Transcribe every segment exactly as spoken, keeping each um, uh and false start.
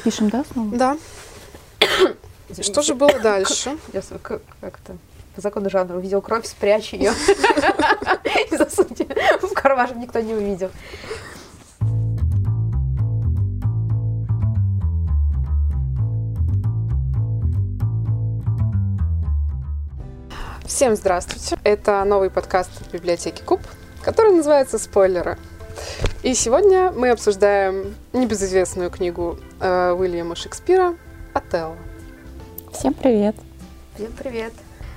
Пишем, да, снова? Да. Что же было дальше? Как-то по закону жанра увидел кровь, спрячь ее и засуньте в карман, чтобы никто не увидел. Всем здравствуйте. Это новый подкаст от библиотеки Куб, который называется «Спойлеры». И сегодня мы обсуждаем небезызвестную книгу э, Уильяма Шекспира «Отелло». Всем привет. Всем привет.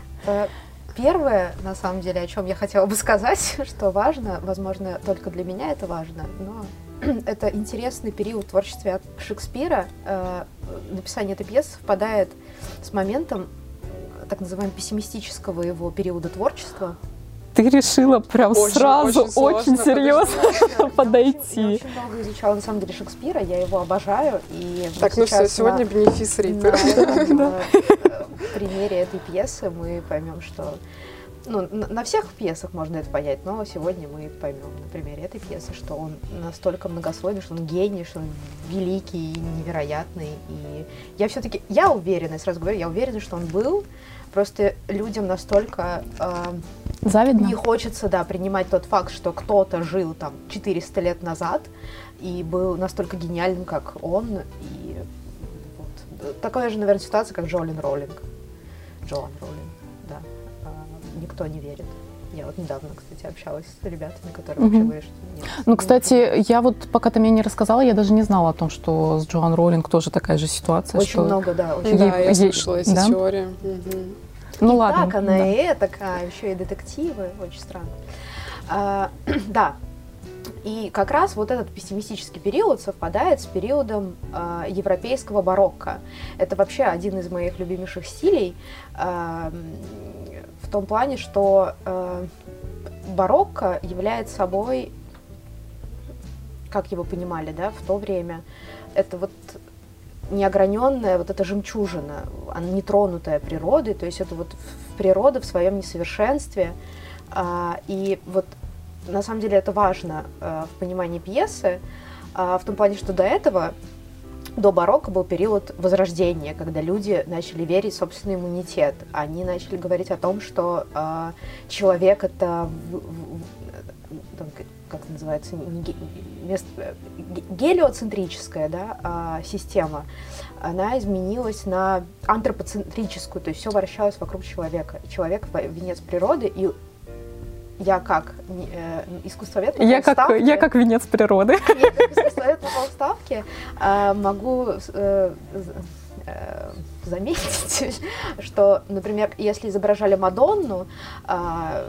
Первое, на самом деле, о чем я хотела бы сказать, что важно, возможно, только для меня это важно, но это интересный период в творчестве Шекспира. Написание этой пьесы совпадает с моментом так называемого пессимистического его периода творчества. Ты решила прям очень, сразу очень, сложно, очень серьезно подойти. Я очень много изучала, на самом деле, Шекспира, я его обожаю. И так, ну все, сегодня бенефис Риты. На примере этой пьесы мы поймем, что... Ну, на всех пьесах можно это понять, но сегодня мы поймем на примере этой пьесы, что он настолько многослойный, что он гений, что он великий и невероятный. И я все-таки, я уверена, сразу говорю, я уверена, что он был. Просто людям настолько э, Завидно. Не хочется, да, принимать тот факт, что кто-то жил там четыреста лет назад и был настолько гениальным, как он. И вот. Такая же, наверное, ситуация, как Джоан Роулинг. Джоан Роулинг, да. А, никто не верит. Я вот недавно, кстати, общалась с ребятами, которые вообще говорят, что нет. Ну, кстати, я вот, пока ты мне не рассказала, я даже не знала о том, что с Джоан Роулинг тоже такая же ситуация. Очень что... много, да. Очень да, много. я слышала эти да? теории. Угу. Ну и ладно. Так, она да. и такая, еще и детективы, очень странно. А, да, и как раз вот этот пессимистический период совпадает с периодом а, европейского барокко. Это вообще один из моих любимейших стилей, а, в том плане, что а, барокко является собой, как его понимали, да, в то время, это вот неограненная вот эта жемчужина, она нетронутая природой, то есть это вот природа в своем несовершенстве. А, и вот на самом деле это важно а, в понимании пьесы, а, в том плане, что до этого, до барокко был период возрождения, когда люди начали верить в собственный иммунитет. Они начали говорить о том, что а, человек это... В, в, там, как это называется, гелиоцентрическая, да, система, она изменилась на антропоцентрическую, то есть все вращалось вокруг человека. Человек – венец природы, и я как э, искусствовед я как, я как венец природы. Я как искусствовед по полставке э, могу э, э, заметить, что, например, если изображали Мадонну, э,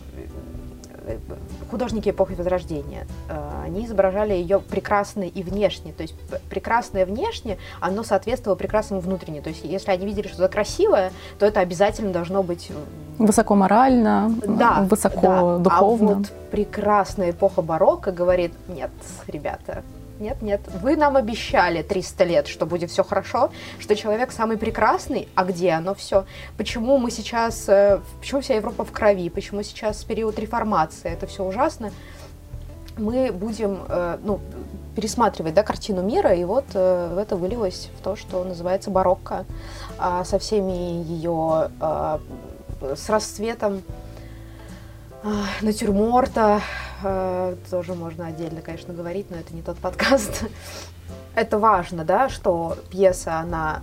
художники эпохи Возрождения, они изображали ее прекрасной и внешне, то есть прекрасное внешне, оно соответствовало прекрасному внутренне, то есть если они видели что-то красивое, то это обязательно должно быть... Высоко морально, да, высоко да. духовно. А вот прекрасная эпоха барокко говорит, нет, ребята, нет, нет, вы нам обещали триста лет, что будет все хорошо, что человек самый прекрасный, а где оно все? Почему мы сейчас, почему вся Европа в крови, почему сейчас период реформации, это все ужасно? Мы будем, ну, пересматривать, да, картину мира, и вот это вылилось в то, что называется барокко, со всеми ее, с расцветом натюрморта, тоже можно отдельно, конечно, говорить, но это не тот подкаст. Это важно, да, что пьеса, она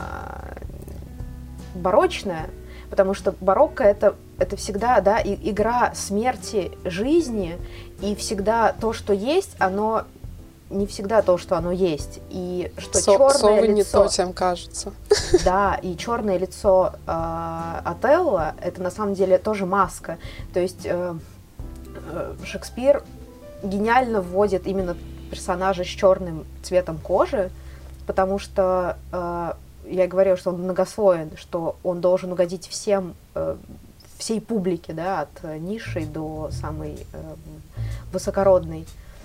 барочная, потому что барокко это, это всегда, да, и, игра смерти, жизни, и всегда то, что есть, оно не всегда то, что оно есть. И что Со, черное совы лицо... не то, чем кажется. Да, и черное лицо э, Отелло — это на самом деле тоже маска. То есть э, э, Шекспир гениально вводит именно персонажа с черным цветом кожи, потому что э, я говорила, что он многослоен, что он должен угодить всем, э, всей публике, да, от низшей до самой э, высокородной.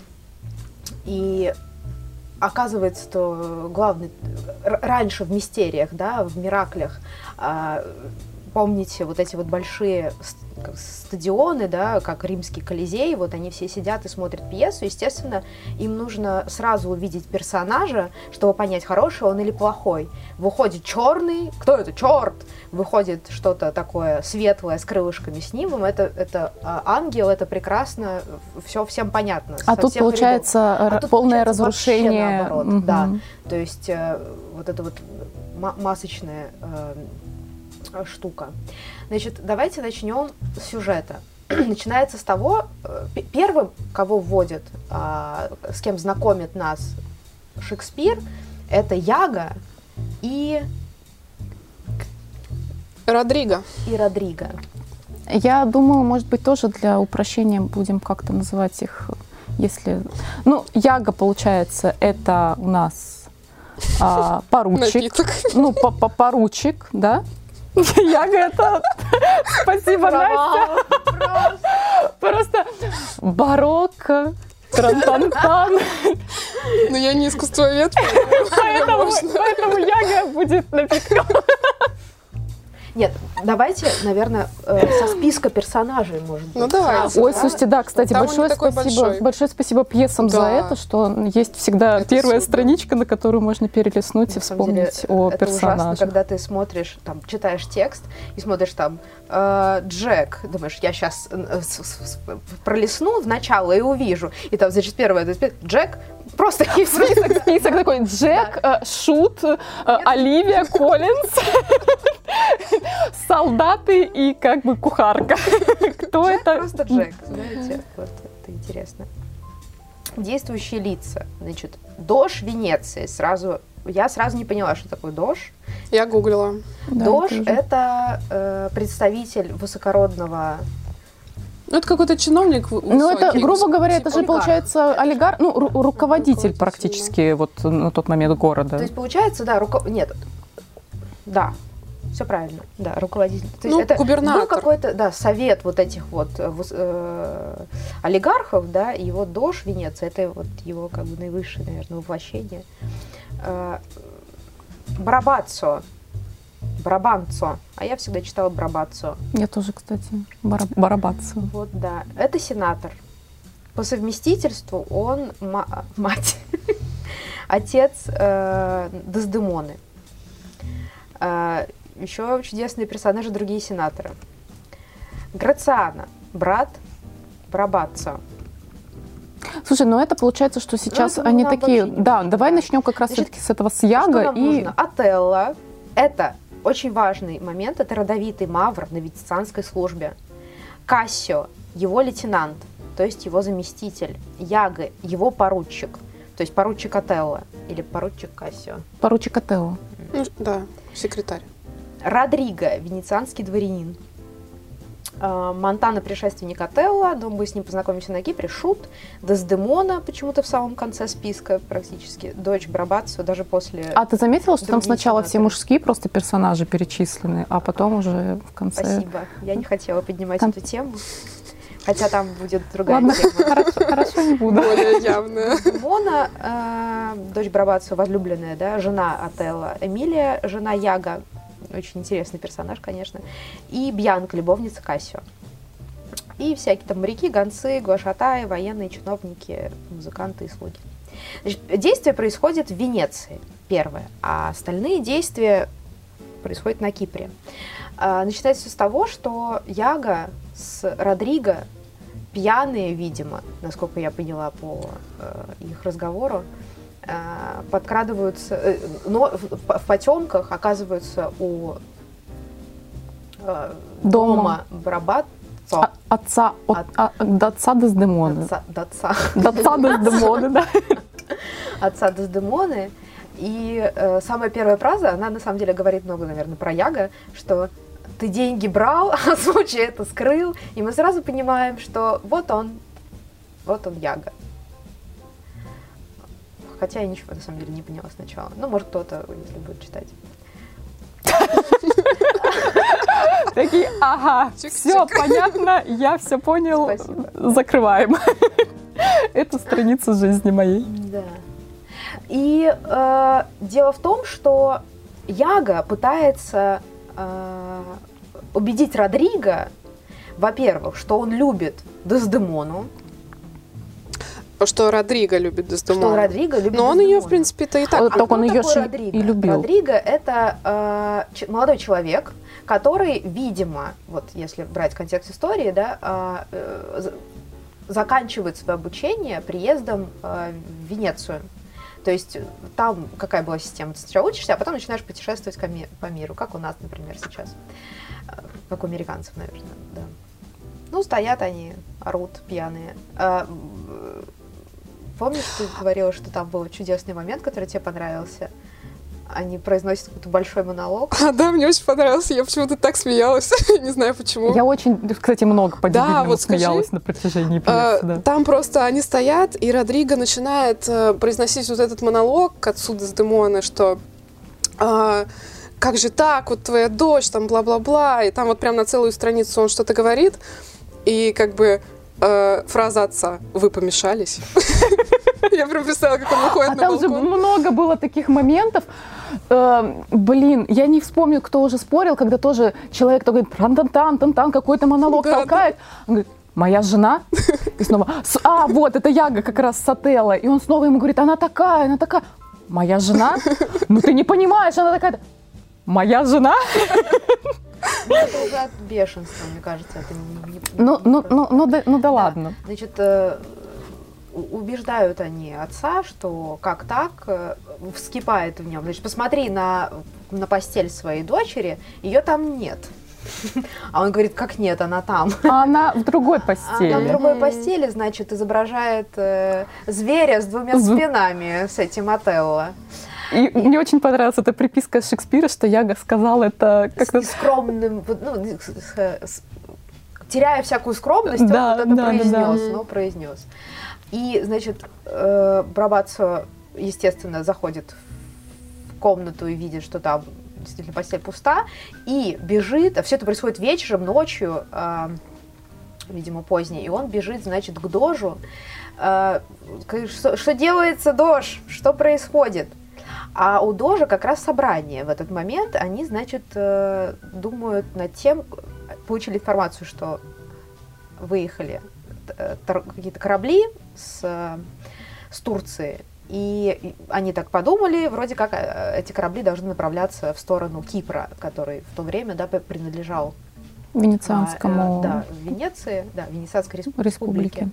И оказывается, что главный... Раньше в мистериях, да, в мираклях, помните вот эти вот большие как стадионы, да, как римский Колизей, вот они все сидят и смотрят пьесу, естественно, им нужно сразу увидеть персонажа, чтобы понять, хороший он или плохой. Выходит черный, кто это? Черт! Выходит что-то такое светлое с крылышками с ним, это, это ангел, это прекрасно, все всем понятно. А тут получается а тут полное получается разрушение. Наоборот, угу. Да. То есть э, вот это вот масочная э, штука. Значит, давайте начнем с сюжета. Начинается с того, первым, кого вводит, э, с кем знакомит нас Шекспир, это Яга и... Родриго. И Родриго. Я думаю, может быть, тоже для упрощения будем как-то называть их, если... Ну, Яга, получается, это у нас а, поручик. Напиток. Ну, поручик, да? Яга это... Спасибо, Настя. Просто барокко, трантантан. Но я не искусствовед, поэтому Яга будет напитком. Нет, давайте, наверное, э, со списка персонажей, может быть. Ну, давайте. Ой, слушайте, да, кстати, там большое спасибо, большой. большое спасибо пьесам да. за это, что есть всегда это первая супер. страничка, на которую можно перелистнуть на и вспомнить деле, о это персонаже. Это ужасно, когда ты смотришь, там, читаешь текст и смотришь там э, Джек, думаешь, я сейчас э, пролистну в начало и увижу, и там, значит, первое, Джек, просто список, список такой, Джек, да. э, Шут, э, Оливия, Коллинз, солдаты и как бы кухарка. Кто Джек это? Просто Джек, знаете, вот это интересно. Действующие лица, значит, Дож Венеции, сразу, я сразу не поняла, что такое Дож. Я гуглила. Да, Дож – это э, представитель высокородного. Ну, это какой-то чиновник высокий. Ну, это, грубо говоря, это же, олигарх. Получается, олигарх, ну, ру- руководитель практически да. вот на тот момент города. То есть, получается, да, руко... нет, да, все правильно, да, руководитель. То есть ну, это губернатор. Был какой-то, да, совет вот этих вот э, олигархов, да, и вот Дож Венеции, это вот его как бы наивысшее, наверное, воплощение. Э, Барабаццо. Барабанцо. А я всегда читала Барабаццо. Я тоже, кстати, Бараб... Барабаццо. Вот, да. Это сенатор. По совместительству он ма- мать. Отец э, Дездемоны. Э, еще чудесные персонажи, другие сенаторы. Грациано. Брат Барабаццо. Слушай, ну это получается, что сейчас ну, они такие... Да, давай начнем как раз Значит, все-таки с этого, с Яга. И... Нужно? Отелло. Это очень важный момент. Это родовитый мавр на венецианской службе. Кассио, его лейтенант, то есть его заместитель. Яга, его поручик, то есть поручик Отелло или поручик Кассио. Поручик Отелло. Ну, да, секретарь. Родриго, венецианский дворянин. Монтана, предшественник Отелло, но мы с ним познакомимся на Кипре. Шут, Дездемона, почему-то в самом конце списка практически, дочь Барабаццо, даже после... А ты заметила, что там сначала сенаторы. Все мужские просто персонажи перечислены, а потом уже в конце... Спасибо, я не хотела поднимать там... эту тему, хотя там будет другая Ладно, тема. Хорошо, хорошо, не буду. Более явная. Дездемона, э, дочь Барабаццо, возлюбленная, да, жена Отелло. Эмилия, жена Яга. Очень интересный персонаж, конечно. И Бьянка, любовница Кассио. И всякие там моряки, гонцы, глашатаи, военные, чиновники, музыканты и слуги. Значит, действие происходит в Венеции, первое, а остальные действия происходят на Кипре. А, начинается все с того, что Яга с Родриго, пьяные, видимо, насколько я поняла по э, их разговору, подкрадываются, но в потемках оказываются у дома, дома Барабаццо. А, отца, от, от, а, отца Дездемоны. Отца, отца. Отца Дездемоны, да. Отца Дездемоны. И э, самая первая фраза, она на самом деле говорит много, наверное, про Яга, что ты деньги брал, а случай это скрыл. И мы сразу понимаем, что вот он, вот он Яга. Хотя я ничего, на самом деле, не поняла сначала. Ну, может, кто-то, если будет читать. Такие, ага, все понятно, я все понял, закрываем эту страницу жизни моей. Да. И э, дело в том, что Яга пытается э, убедить Родриго во-первых, что он любит Дездемону. Что Родриго любит Дездемону. Что Родриго любит Но он ее, в принципе-то, и так любит. Только он ее Родриго? и любил. Родриго – это э, молодой человек, который, видимо, вот если брать контекст истории, да, э, э, заканчивает свое обучение приездом э, в Венецию. То есть там какая была система? Ты сначала учишься, а потом начинаешь путешествовать по миру, как у нас, например, сейчас. Как у американцев, наверное, да. Ну, стоят они, орут пьяные. А, помнишь, ты говорила, что там был чудесный момент, который тебе понравился? Они произносят какой-то большой монолог. А, да, мне очень понравился. Я почему-то так смеялась. Не знаю почему. Я очень, кстати, много по да, вот смеялась скажи, на протяжении пьесы. А, да. Там просто они стоят, и Родриго начинает а, произносить вот этот монолог к отцу Дездемоны, что а, как же так, вот твоя дочь, там бла-бла-бла. И там вот прям на целую страницу он что-то говорит. И как бы э, фраза отца «Вы помешались». Я прям представила, как он выходит на балкон. А там же много было таких моментов. Блин, я не вспомню, кто уже спорил, когда тоже человек говорит «тан-тан-тан-тан-тан», какой-то монолог толкает. Он говорит: «Моя жена?» И снова «А, вот, это Яго как раз с Отелло». И он снова ему говорит: «Она такая, она такая». «Моя жена?» «Ну ты не понимаешь, она такая». «Моя жена?» Ну, это уже от бешенства, мне кажется. Это не, не, ну, не ну, ну, ну, да, ну да, да ладно. Значит, э, убеждают они отца, что как так, э, вскипает в нем. Значит, посмотри на, на постель своей дочери, ее там нет. А он говорит: как нет, она там. А она в другой постели. Она в другой постели, значит, изображает э, зверя с двумя спинами, с этим Отелло. И мне очень понравилась эта приписка Шекспира, что Яго сказал это как-то... С скромным, ну, с, с, теряя всякую скромность, да, он вот это да, произнес, да. но произнес. И, значит, э, Барабаццо, естественно, заходит в комнату и видит, что там действительно постель пуста, и бежит, а все это происходит вечером, ночью, э, видимо, поздней, и он бежит, значит, к Дожу. Э, что, что делается, Дож? Что происходит? А у Дожа как раз собрание в этот момент. Они, значит, думают над тем, получили информацию, что выехали какие-то корабли с, с Турции. И они так подумали, вроде как эти корабли должны направляться в сторону Кипра, который в то время, да, принадлежал Венецианскому... А, да, Венеции, да, Венецианской республике. республике.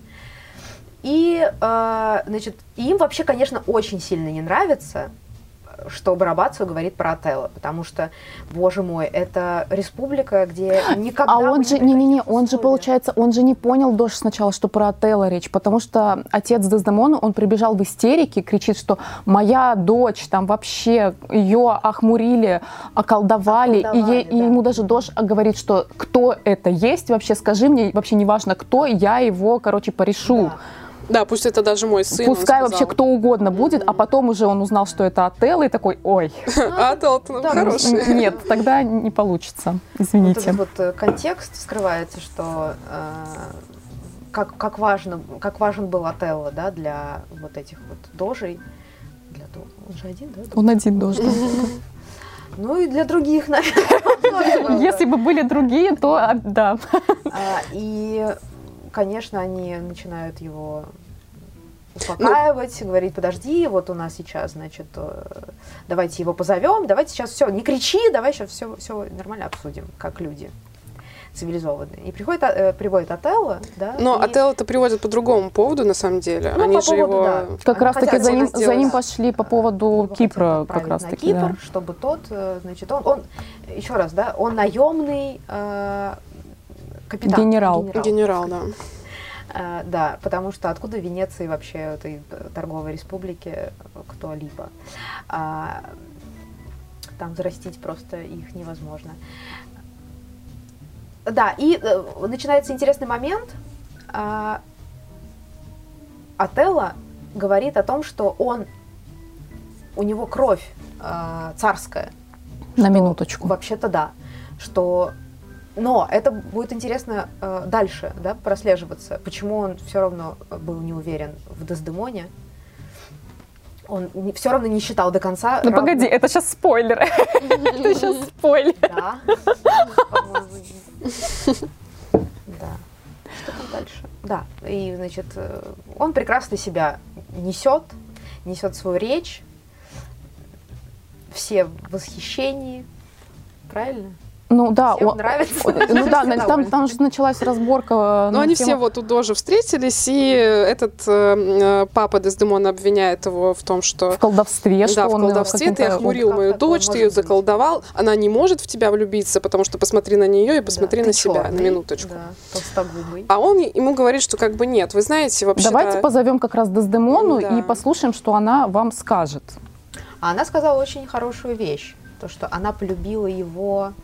И, значит, им вообще, конечно, очень сильно не нравится, что Барабаццо говорит про Отелло, потому что, боже мой, это республика, где никогда... А он же, не-не-не, он же, получается, он же не понял, Дож, сначала, что про Отелло речь, потому что отец Дездемоны, он прибежал в истерике, кричит, что моя дочь, там вообще ее охмурили, околдовали, околдовали и, ей, да. и ему даже Дож говорит, что кто это есть, вообще скажи мне, вообще неважно кто, я его, короче, порешу. Да. Да, пусть это даже мой сын. Пускай вообще кто угодно будет, mm-hmm. а потом уже он узнал, что это Отелло, и такой, ой. А Отелло-то хороший. Нет, тогда не получится, извините. Вот этот вот контекст вскрывается, что как, как, важно, как важен был Отелло, да, для вот этих вот дожей. Для, он же один, да? Он один дож. Ну и для других, наверное. Если бы были другие, то да. И... Конечно, они начинают его успокаивать, ну, говорить: подожди, вот у нас сейчас, значит, давайте его позовем, давайте сейчас все, не кричи, давай сейчас все, все нормально обсудим, как люди цивилизованные. И приходит, э, приводит Отелло, да. Но и... Отелло-то приводят по другому поводу, на самом деле. Ну, они по же поводу, его... да. Как они раз таки за ним, сделать... за ним пошли по поводу его Кипра, как раз на таки. Кипр, Да. чтобы тот, значит, он, он, еще раз, да, он наемный э, капитан. Генерал. Генерал, Генерал да. Uh, да, потому что откуда в Венеции вообще, этой торговой республике, кто-либо. Uh, там взрастить просто их невозможно. Да, и uh, начинается интересный момент. Uh, Отелло говорит о том, что он, у него кровь uh, царская. На минуточку. Вообще-то да, что... Но это будет интересно э, дальше, да, прослеживаться, почему он все равно был не уверен в Дездемоне. Он не, все равно не считал до конца. Ну равно... погоди, это сейчас спойлер. Это сейчас спойлер. Да. дальше. Да, и, значит, он прекрасно себя несет, несет свою речь, все в восхищении, правильно? Ну да, Всем он, нравится. ну да, там, там же началась разборка. Но они тему... все вот у Дожи встретились, и этот э, папа Дездемона обвиняет его в том, что... В колдовстве, что да, он... в колдовстве, ты охмурил мою дочь, ты ее заколдовал, она не может в тебя влюбиться, потому что посмотри на нее и посмотри да, на себя, черный, на минуточку. Да, толстогубый. А он ему говорит, что как бы нет, вы знаете, вообще... Давайте позовем как раз Дездемону да. и послушаем, что она вам скажет. А она сказала очень хорошую вещь, то, что она полюбила его...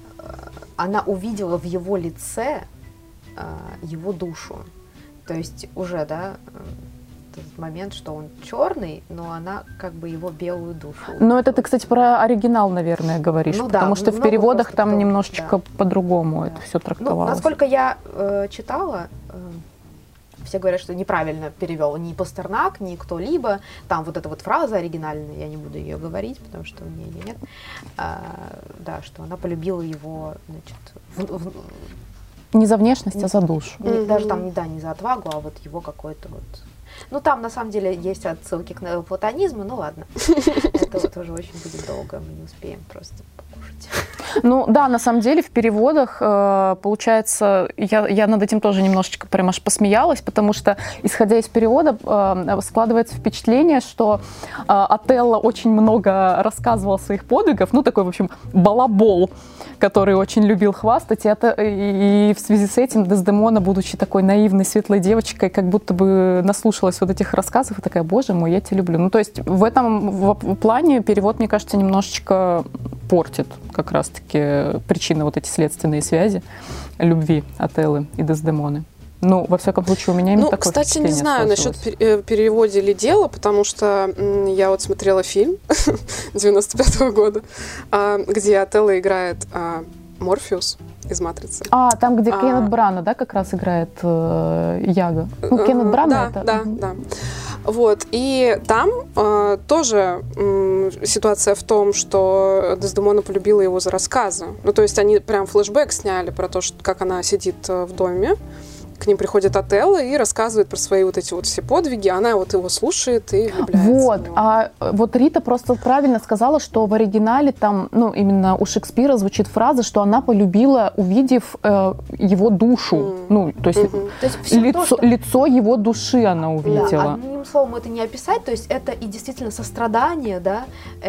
Она увидела в его лице э, его душу. То есть уже, да, этот момент, что он черный, но она как бы его белую душу. Но это ты, кстати, про оригинал, наверное, говоришь, ну, потому да, что в переводах там кто... немножечко да. по-другому да. это все трактовалось. Ну, насколько я э, читала, э, все говорят, что неправильно перевел ни Пастернак, ни кто-либо. Там вот эта вот фраза оригинальная, я не буду ее говорить, потому что у меня ее нет. А, да, что она полюбила его, значит, в, в... не за внешность, не, а за душу. Не, mm-hmm. Даже там, не, да, не за отвагу, а вот его какой-то вот... Ну, там, на самом деле, есть отсылки к неоплатонизму, ну ладно. Это тоже очень будет долго, мы не успеем просто покушать. Ну да, на самом деле в переводах э, получается, я, я над этим тоже немножечко прям аж посмеялась, потому что, исходя из перевода, э, складывается впечатление, что э, Отелло очень много рассказывал своих подвигов, ну такой, в общем, балабол, который очень любил хвастать, и, это, и, и в связи с этим Дездемона, будучи такой наивной, светлой девочкой, как будто бы наслушалась вот этих рассказов и такая, боже мой, я тебя люблю. Ну то есть в этом в плане перевод, мне кажется, немножечко портит как раз-таки причины, вот эти следственные связи любви Отеллы и Дездемоны. Ну, во всяком случае, у меня именно ну, такое кстати, не знаю сложилось. насчет перевода ли дело, потому что я вот смотрела фильм девяносто пятого года, где Отелло играет Морфеус из «Матрицы». А, там, где а... Кеннет Брана, да, как раз играет э, Яго? Ну, Кеннет Брана да, это... Да, угу. да. Вот, и там э, тоже э, ситуация в том, что Дездемона полюбила его за рассказы. Ну, то есть они прям флешбэк сняли про то, что, как она сидит в доме, к ним приходит Отелло и рассказывает про свои вот эти вот все подвиги, она вот его слушает и влюбляется вот, в него. А вот Рита просто правильно сказала, что в оригинале там, ну, именно у Шекспира звучит фраза, что она полюбила, увидев э, его душу. Mm. Ну, то есть, mm-hmm. то есть лицо, то, что... лицо его души она увидела. Да, одним словом это не описать, то есть это и действительно сострадание, да,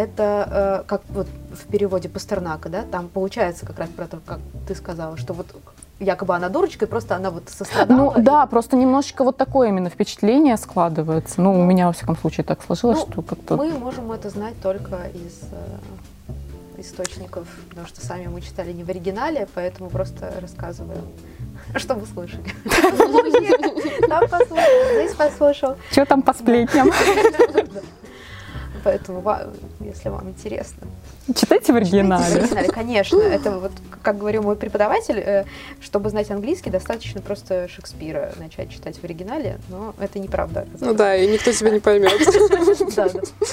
это э, как вот в переводе Пастернака, да, там получается как раз про то, как ты сказала, что вот якобы она дурочка, и просто она вот сострадала. Ну и... да, просто немножечко вот такое именно впечатление складывается. Ну, у меня, во всяком случае, так сложилось, ну, что как-то... Мы можем это знать только из э, источников, потому что сами мы читали не в оригинале, поэтому просто рассказываем, что вы слышали. Там послушал, здесь послушал. Что там по сплетням? Поэтому, если вам интересно, читайте в оригинале. Читайте в оригинале, конечно. Это вот, как говорил мой преподаватель, чтобы знать английский, достаточно просто Шекспира начать читать в оригинале, но это неправда. Ну да, и никто тебя не поймет. Да,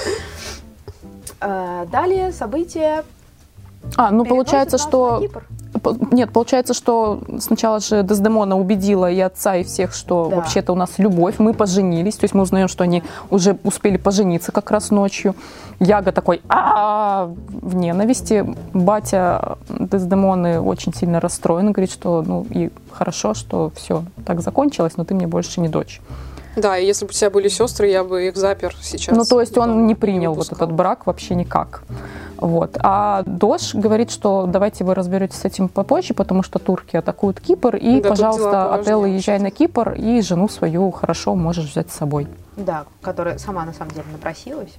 да. Далее события. А, ну получается, что... Нет, получается, что сначала же Дездемона убедила и отца, и всех, что да. вообще-то у нас любовь, мы поженились, то есть мы узнаем, что они уже успели пожениться как раз ночью. Яго такой а в ненависти. Батя Дездемоны очень сильно расстроен, говорит, что ну и хорошо, что все так закончилось, но ты мне больше не дочь. Да, и если бы у тебя были сестры, я бы их запер сейчас. Ну, то есть он не принял вот этот брак вообще никак. Вот. А Дож говорит, что давайте вы разберетесь с этим попозже, потому что турки атакуют Кипр, и, да, пожалуйста, Отелло, езжай на Кипр, и жену свою хорошо можешь взять с собой. Да, которая сама на самом деле напросилась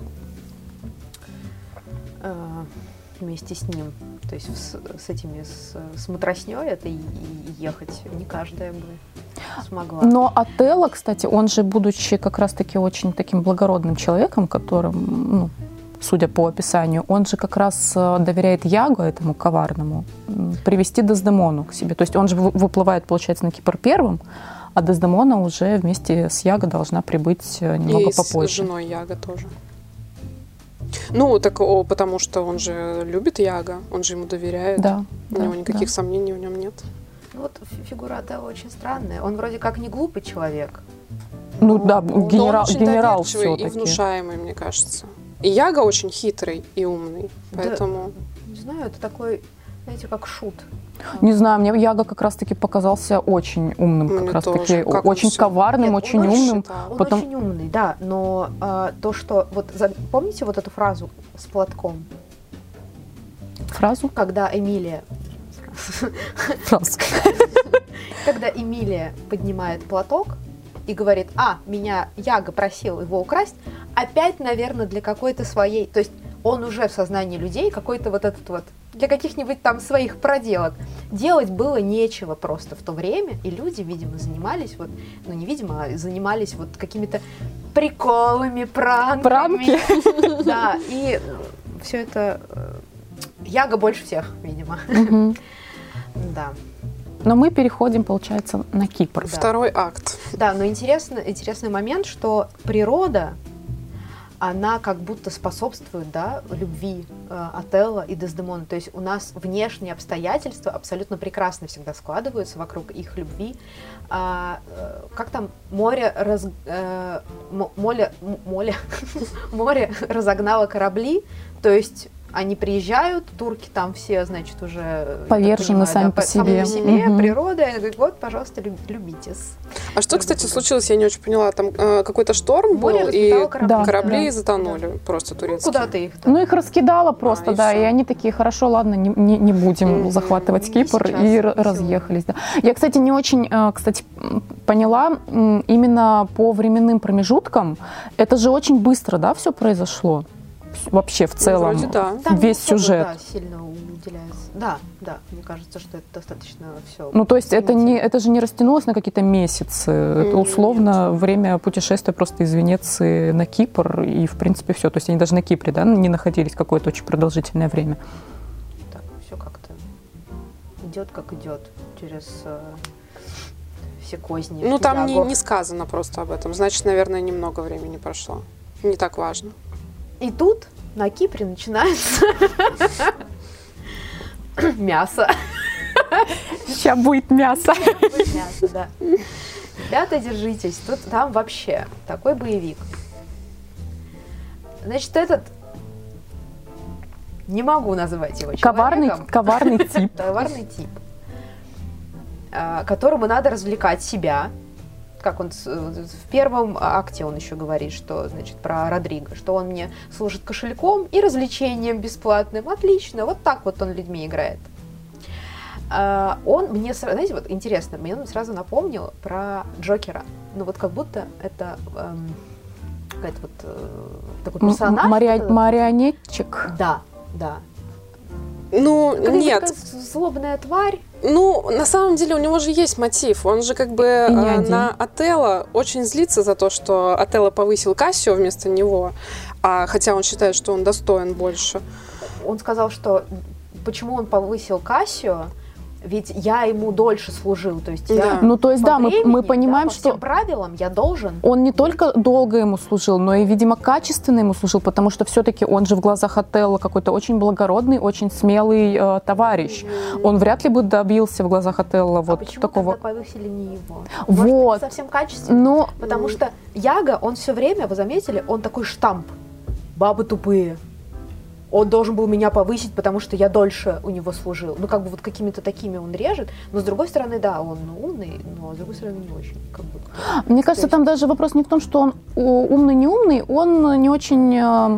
э, вместе с ним. То есть с, с этими, с, с матроснёй это и, и ехать не каждая бы смогла. Но Отелло, кстати, он же, будучи как раз-таки очень таким благородным человеком, которым, ну, судя по описанию, он же как раз доверяет Яго, этому коварному, привести Дездемону к себе. То есть он же выплывает, получается, на Кипр первым, а Дездемона уже вместе с Яго должна прибыть немного и попозже. И с женой Яго тоже. Ну, так о, потому что он же любит Яго, он же ему доверяет. Да, У да, него никаких да. сомнений в нем нет. Ну, вот фигура Отелло очень странная. Он вроде как не глупый человек. Ну да, Но генерал, он очень генерал доверчивый и все-таки. внушаемый, мне кажется. И Яго очень хитрый и умный, Да. поэтому... Не знаю, это такой, знаете, как шут. Не знаю, мне Яго как раз-таки показался очень умным, Мне как раз тоже. таки Как он очень всё- коварным, Нет, очень он очень умным. считал. Он Потом- очень умный, да, но а, то, что... Вот за- помните вот эту фразу с платком? Фразу? Когда Эмилия... Фразу. Когда Эмилия поднимает платок и говорит, а, меня Яго просил его украсть, опять, наверное, для какой-то своей... То есть он уже в сознании людей какой-то вот этот вот... Для каких-нибудь там своих проделок. Делать было нечего просто в то время, и люди, видимо, занимались вот... Ну, не видимо, а занимались вот какими-то приколами, пранками. Пранки? Да, и все это... э, Яго больше всех, видимо. Мгм. Да. Но мы переходим, получается, на Кипр. Да. Второй акт. Да, но интересно, интересный момент, что природа, она как будто способствует, да, любви э, Отелло и Дездемоны. То есть у нас внешние обстоятельства абсолютно прекрасно всегда складываются вокруг их любви. А, э, как там море, раз, э, мо- море, м- море, море разогнало корабли, то есть они приезжают, турки там все, значит, уже... я так Повержены понимаю, сами да, по сами себе. по себе, Мгм. природа, и говорит, вот, пожалуйста, люб- любитесь. А что, Друг кстати, друга. случилось, я не очень поняла. Там э, какой-то шторм Море был, и разметало корабли. Да. корабли Да. затонули просто Ну, турецкие. куда ты их там? Ну, их раскидало просто, и да, всё. и они такие, хорошо, ладно, не, не, не будем Мгм. захватывать Не Кипр, сейчас, и не р- сегодня. разъехались. Да. Я, кстати, не очень, э, кстати, м, поняла м, именно по временным промежуткам, это же очень быстро, да, все произошло? Вообще, в Ну, целом, вроде да. Там весь не особо, сюжет. Да, сильно уделяется. Да, да, мне кажется, что это достаточно все. Ну, то есть это, не, это же не растянулось на какие-то месяцы. Это Нет. условно время путешествия просто из Венеции на Кипр, и, в принципе, все. То есть они даже на Кипре, да, не находились какое-то очень продолжительное время. Так, все как-то идет, как идет, через э, все козни. Ну, там не, Яго. не сказано просто об этом. Значит, наверное, немного времени прошло. Не так важно. И тут на Кипре начинается мясо. Сейчас будет мясо. Мясо, да. Ребята, держитесь. Тут там вообще такой боевик. Значит, этот... Не могу назвать его Коварный, человеком. коварный тип. Коварный тип, а, которому надо развлекать себя. Как он с- в первом акте он еще говорит, что, значит, про Родриго, что он мне служит кошельком и развлечением бесплатным. Отлично, вот так вот он людьми играет. А, Он мне, сра- знаете, вот интересно, мне он сразу напомнил про Джокера. Ну вот как будто это эм, какая-то вот э, такой М- персонаж. мария- вот этот. Марионетчик. Да, да. Ну, Какая-то нет. такая злобная тварь. Ну, на самом деле у него же есть мотив. Он же как бы И не э, один. на Отелло очень злится за то, что Отелло повысил Кассио вместо него, а, хотя он считает, что он достоин больше. Он сказал, что почему он повысил Кассио, ведь я ему дольше служил, то есть я Да. Ну, то есть, по да, мы, времени, мы понимаем, да, по что всем правилам я должен. он не только долго ему служил, но и, видимо, качественно ему служил, потому что все-таки он же в глазах Отелло какой-то очень благородный, очень смелый э, товарищ. Он вряд ли бы добился в глазах Отелло А вот почему такого. тогда повысили не его? Вот. Может, не совсем качественно? Но Потому что Яго, он все время, вы заметили, он такой штамп. Бабы тупые. Он должен был меня повысить, потому что я дольше у него служил. Ну, как бы вот какими-то такими он режет. Но с другой стороны, да, он умный, но с другой стороны не очень. Как бы. мне кажется, там даже вопрос не в том, что он о, умный, не умный, он не очень... э,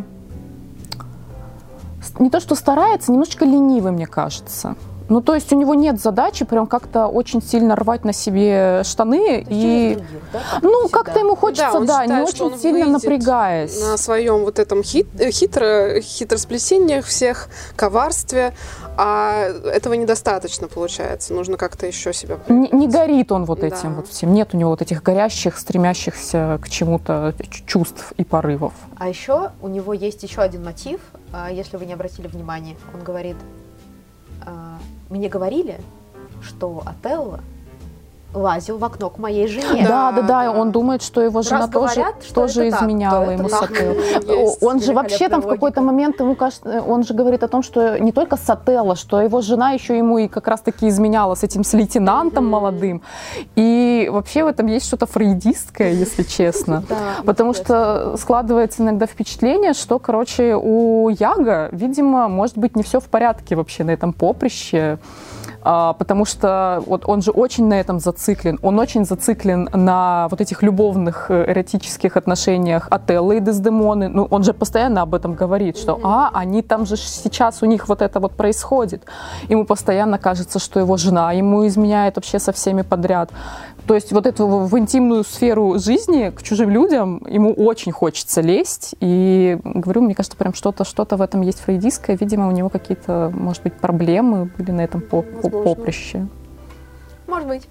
с- не то, что старается, немножечко ленивый, мне кажется. Ну, то есть у него нет задачи прям как-то очень сильно рвать на себе штаны То есть и... через других, да, как Ну, всегда. как-то ему хочется, Да, он да, не считает, что очень он сильно выйдет напрягаясь. На своем вот этом хит, э, хитро, хитросплетениях всех, коварстве, а этого недостаточно получается. Нужно как-то еще себя Не, проявить. не горит он вот Да. этим вот всем. Нет у него вот этих горящих, стремящихся к чему-то ч- чувств и порывов. А еще у него есть еще один мотив, а, если вы не обратили внимания. Он говорит, а, мне говорили, что Отелло лазил в окно к моей жене. Да, да, да, он думает, что его жена Раз тоже, говорят, что тоже это так, изменяла то ему это с так. Отелло. Есть Он же вообще там в великолепная какой-то логика. момент, ему кажется, он же говорит о том, что не только с Отелло, что его жена еще ему и как раз-таки изменяла с этим, с лейтенантом молодым. И вообще в этом есть что-то фрейдистское, если честно. Да, Потому интересно. что складывается иногда впечатление, что, короче, у Яга, видимо, может быть не все в порядке вообще на этом поприще. А, потому что вот он же очень на этом зациклен. Он очень зациклен на вот этих любовных эротических отношениях Отелло и Дездемоны. Ну, он же постоянно об этом говорит, что а, они там же сейчас у них вот это вот происходит. Ему постоянно кажется, что его жена ему изменяет вообще со всеми подряд. То есть вот эту в интимную сферу жизни к чужим людям ему очень хочется лезть. И говорю, мне кажется, прям что-то что-то в этом есть фрейдистское. Видимо, у него какие-то, может быть, проблемы были на этом по- по- поприще. Может быть.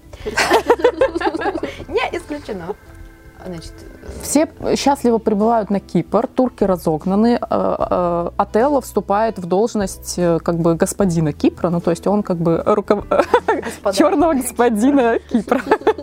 Не исключено. Значит, Все счастливо прибывают на Кипр, турки разогнаны, Отелло вступает в должность как бы господина Кипра, ну то есть он как бы руков... черного господина Кипра.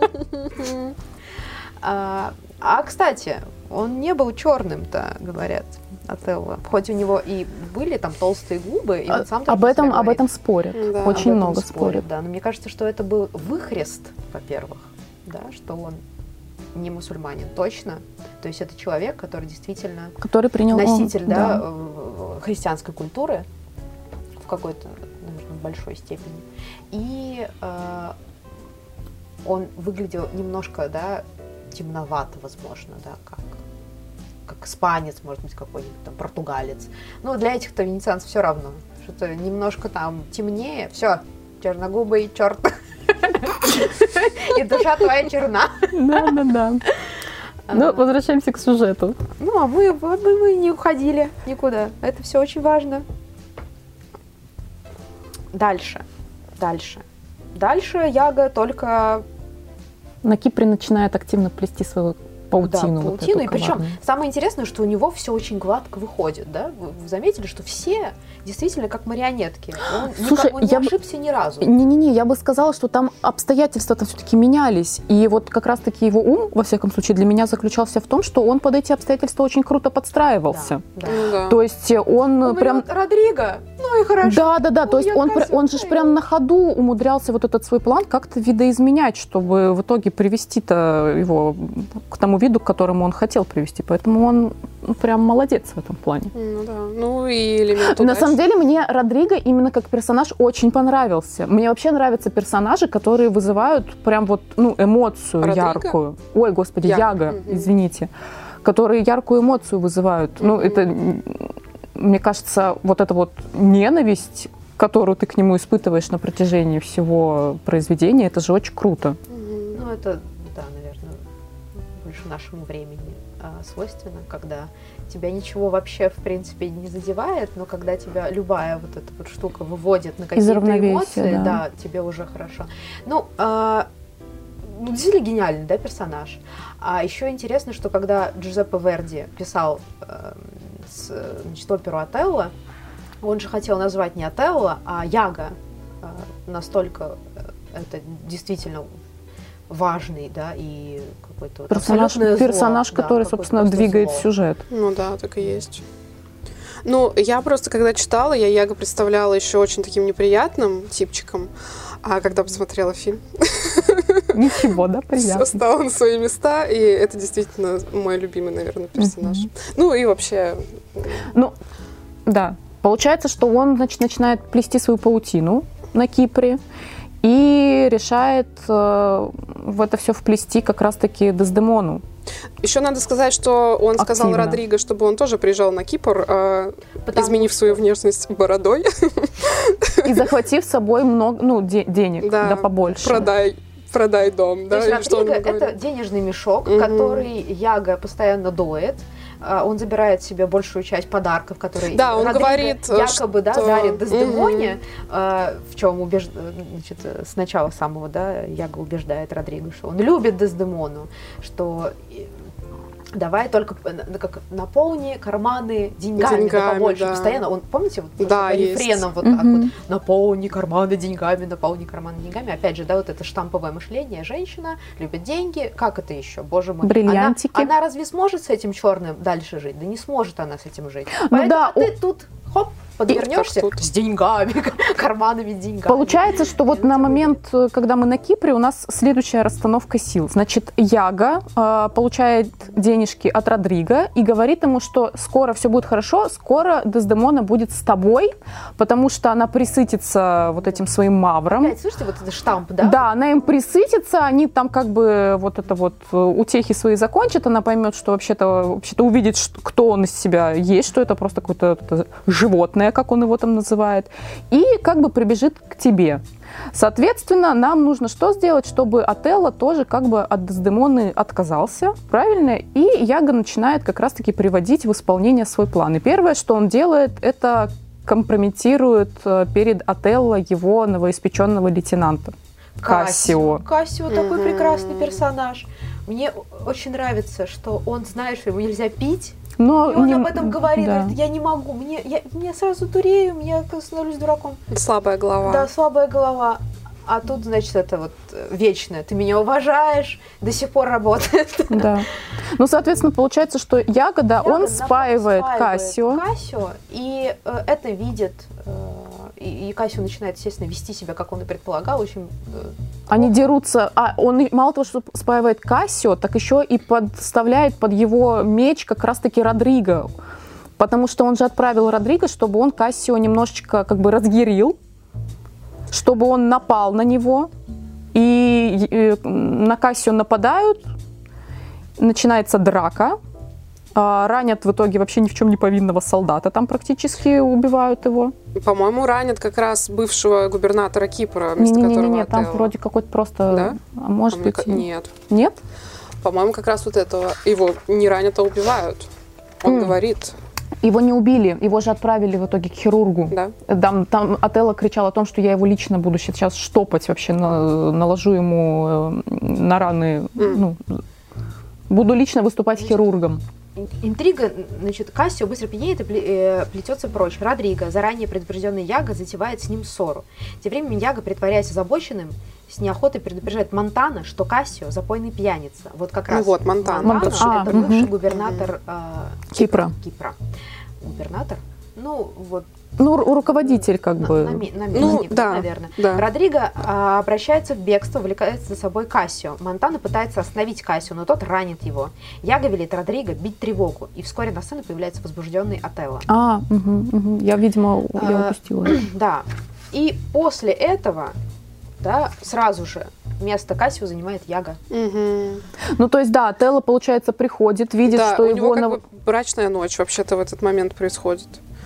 А, а, кстати, он не был черным-то, говорят, Отелло. Хоть у него и были там толстые губы, и он сам об этом, об этом спорят, Да, очень об этом много спорят. Да, но мне кажется, что это был выхрест, во-первых, да, что он не мусульманин, точно. То есть это человек, который действительно Который принял носитель, он, да, да. э, христианской культуры в какой-то, наверное, большой степени. И э, он выглядел немножко, да, темновато, возможно, да, как, как испанец, может быть, какой-нибудь там португалец. Но для этих-то венецианцев все равно. Что-то немножко там темнее. Все, черногубый черт. И душа твоя черна. Да, да, да. Ну, возвращаемся к сюжету. Ну, а мы, мы, мы не уходили никуда. Это все очень важно. Дальше. Дальше. Дальше Яга только... На Кипре начинает активно плести свою паутину. Да, вот паутину. эту И причем коварную. самое интересное, что у него все очень гладко выходит. Да? Вы, вы заметили, что все действительно как марионетки. Он, Слушай, никак, он не я бы- ошибся ни разу. Не-не-не, я бы сказала, что там обстоятельства-то все-таки менялись. И вот как раз-таки его ум, во всяком случае, для меня заключался в том, что он под эти обстоятельства очень круто подстраивался. Да, да. Ну да. То есть он, Он прям... говорит, Родриго, ну и хорошо. Да, да, да. Ну, То есть я он, пр- он же ж красивая. прям на ходу умудрялся вот этот свой план как-то видоизменять, чтобы в итоге привести-то его к тому виду, к которому он хотел привести. Поэтому он ну, прям молодец в этом плане. Ну да. Ну и элемент На удачи. самом деле мне Родриго именно как персонаж очень понравился. Мне вообще нравятся персонажи, которые вызывают прям вот ну, эмоцию Родриго? яркую. Ой, господи, Яга. Яга, Мгм. извините. Которые яркую эмоцию вызывают. Ну, Мгм. это, м, мне кажется, вот эта вот ненависть, которую ты к нему испытываешь на протяжении всего произведения, это же очень круто. Мгм. Ну, это, да, наверное, больше нашему времени а, свойственно, когда тебя ничего вообще, в принципе, не задевает, но когда тебя любая вот эта вот штука выводит на какие-то равновесия, эмоции, да. да. тебе уже хорошо. Ну, а, ну, действительно гениальный, да, персонаж. А еще интересно, что когда Джузеппе Верди писал э, с, значит, оперу «Отелло», он же хотел назвать не «Отелло», а «Яга». Э, настолько э, это действительно важный, да, и какой-то вот Персонаж, абсолютное зло, персонаж да, который, какое-то собственно, просто двигает зло. сюжет. Ну да, так и есть. Ну, я просто, когда читала, я Яга представляла еще очень таким неприятным типчиком, а когда посмотрела фильм, Ничего, да, все приятно. стало на свои места, и это действительно мой любимый, наверное, персонаж. Мгм. Ну и вообще... Ну, да. Получается, что он, значит, начинает плести свою паутину на Кипре и решает э, в это все вплести как раз-таки Дездемону. Еще надо сказать, что он сказал Активно. Родриго, чтобы он тоже приезжал на Кипр, э, Потому изменив свою внешность бородой. И захватив с собой много, ну, де- денег, Да, да, побольше. Продай, продай дом, То да, есть или что он Родриго ему это говорит. денежный мешок, Мгм. который Яга постоянно доет. А, Он забирает себе большую часть подарков, которые Да, он Родриго говорит, э, якобы да, что- дарит Дездемоне, Мгм. а, в чем убеж... значит, э, сначала самого да, Яга убеждает Родриго, что он любит Дездемону, что и- давай только э, как, наполни карманы деньгами, деньгами да побольше, да. постоянно. Он, помните, вот да, рефреном вот угу. так вот, наполни карманы деньгами, наполни карманы деньгами. Опять же, да, вот это штамповое мышление. Женщина любит деньги, как это еще, боже мой. Бриллиантики. Она, она разве сможет с этим черным дальше жить? Да не сможет она с этим жить. Ну, Поэтому да, ты тут, хоп, подвернешься тут. с деньгами, карманами деньгами. Получается, что вот на момент, когда мы на Кипре, у нас следующая расстановка сил. Значит, Яго э, получает денежки от Родриго и говорит ему, что скоро все будет хорошо, скоро Дездемона будет с тобой, потому что она присытится вот этим своим мавром. Опять, слышите, вот этот штамп, да? Да, она им присытится, они там как бы вот это вот утехи свои закончат, она поймет, что вообще-то, вообще-то увидит, кто он из себя есть, что это просто какое-то животное, как он его там называет, и как бы прибежит к тебе. Соответственно, нам нужно что сделать, чтобы Отелло тоже как бы от Дездемоны отказался, правильно? И Яго начинает как раз-таки приводить в исполнение свой план. И первое, что он делает, это компрометирует перед Отелло его новоиспеченного лейтенанта Кассио. Кассио такой Мгм. прекрасный персонаж. Мне очень нравится, что он знает, что ему нельзя пить. Но И он не- об этом говорит, да. говорит, я не могу, мне, я, мне сразу дурею, я становлюсь дураком. Слабая голова. Да, слабая голова. А тут, значит, это вот э, вечное. Ты меня уважаешь, до сих пор работает. Да. Ну, соответственно, получается, что Яго, да, он Ягода спаивает Кассио. Кассио, и э, это видит, э, и, и Кассио начинает, естественно, вести себя, как он и предполагал, очень... э, Они дерутся, а он и- мало того, что спаивает Кассио, так еще и подставляет под его меч как раз-таки Родриго. Потому что он же отправил Родриго, чтобы он Кассио немножечко как бы разъярил, чтобы он напал на него. И э, на Кассио нападают, начинается драка, а, ранят в итоге вообще ни в чем не повинного солдата, там практически убивают его. По-моему, ранят как раз бывшего губернатора Кипра, вместо которого Не-не-не, там Отелло. вроде какой-то просто... Да? А может А мне быть... ка- Нет. Нет? По-моему, как раз вот этого. Его не ранят, а убивают. Он М. говорит, Его не убили, его же отправили в итоге к хирургу. да. Там, там Отелло кричал о том, что я его лично буду сейчас штопать, вообще на- наложу ему э, на раны, М. ну, буду лично выступать хирургом. Интрига, значит, Кассио быстро пьянеет и пле- э, плетется прочь. Родриго, заранее предупрежденный Яго, затевает с ним ссору. Тем временем Яго, притворяясь озабоченным, с неохотой предупреждает Монтана, что Кассио запойный пьяница. Вот как Ну раз вот, Монтана. Монтана А, это мгм. бывший губернатор э, Кипра. Кипра. Губернатор? Ну, вот Ну, ру- руководитель как на- бы. нами- Ну, наместник, да, наверное. да. Родриго а, обращается в бегство, увлекает за собой Кассио. Монтана пытается остановить Кассио, но тот ранит его. Яго велит Родриго бить тревогу, и вскоре на сцену появляется возбужденный Отелло. А, мгм, мгм. Я, видимо, я А, упустила. Да. И после этого, да, сразу же место Кассио занимает Яго. Мгм. Ну, то есть, да, Отелло, получается, приходит, видит, Да, что у него его... как нов- бы брачная ночь вообще-то в этот момент происходит.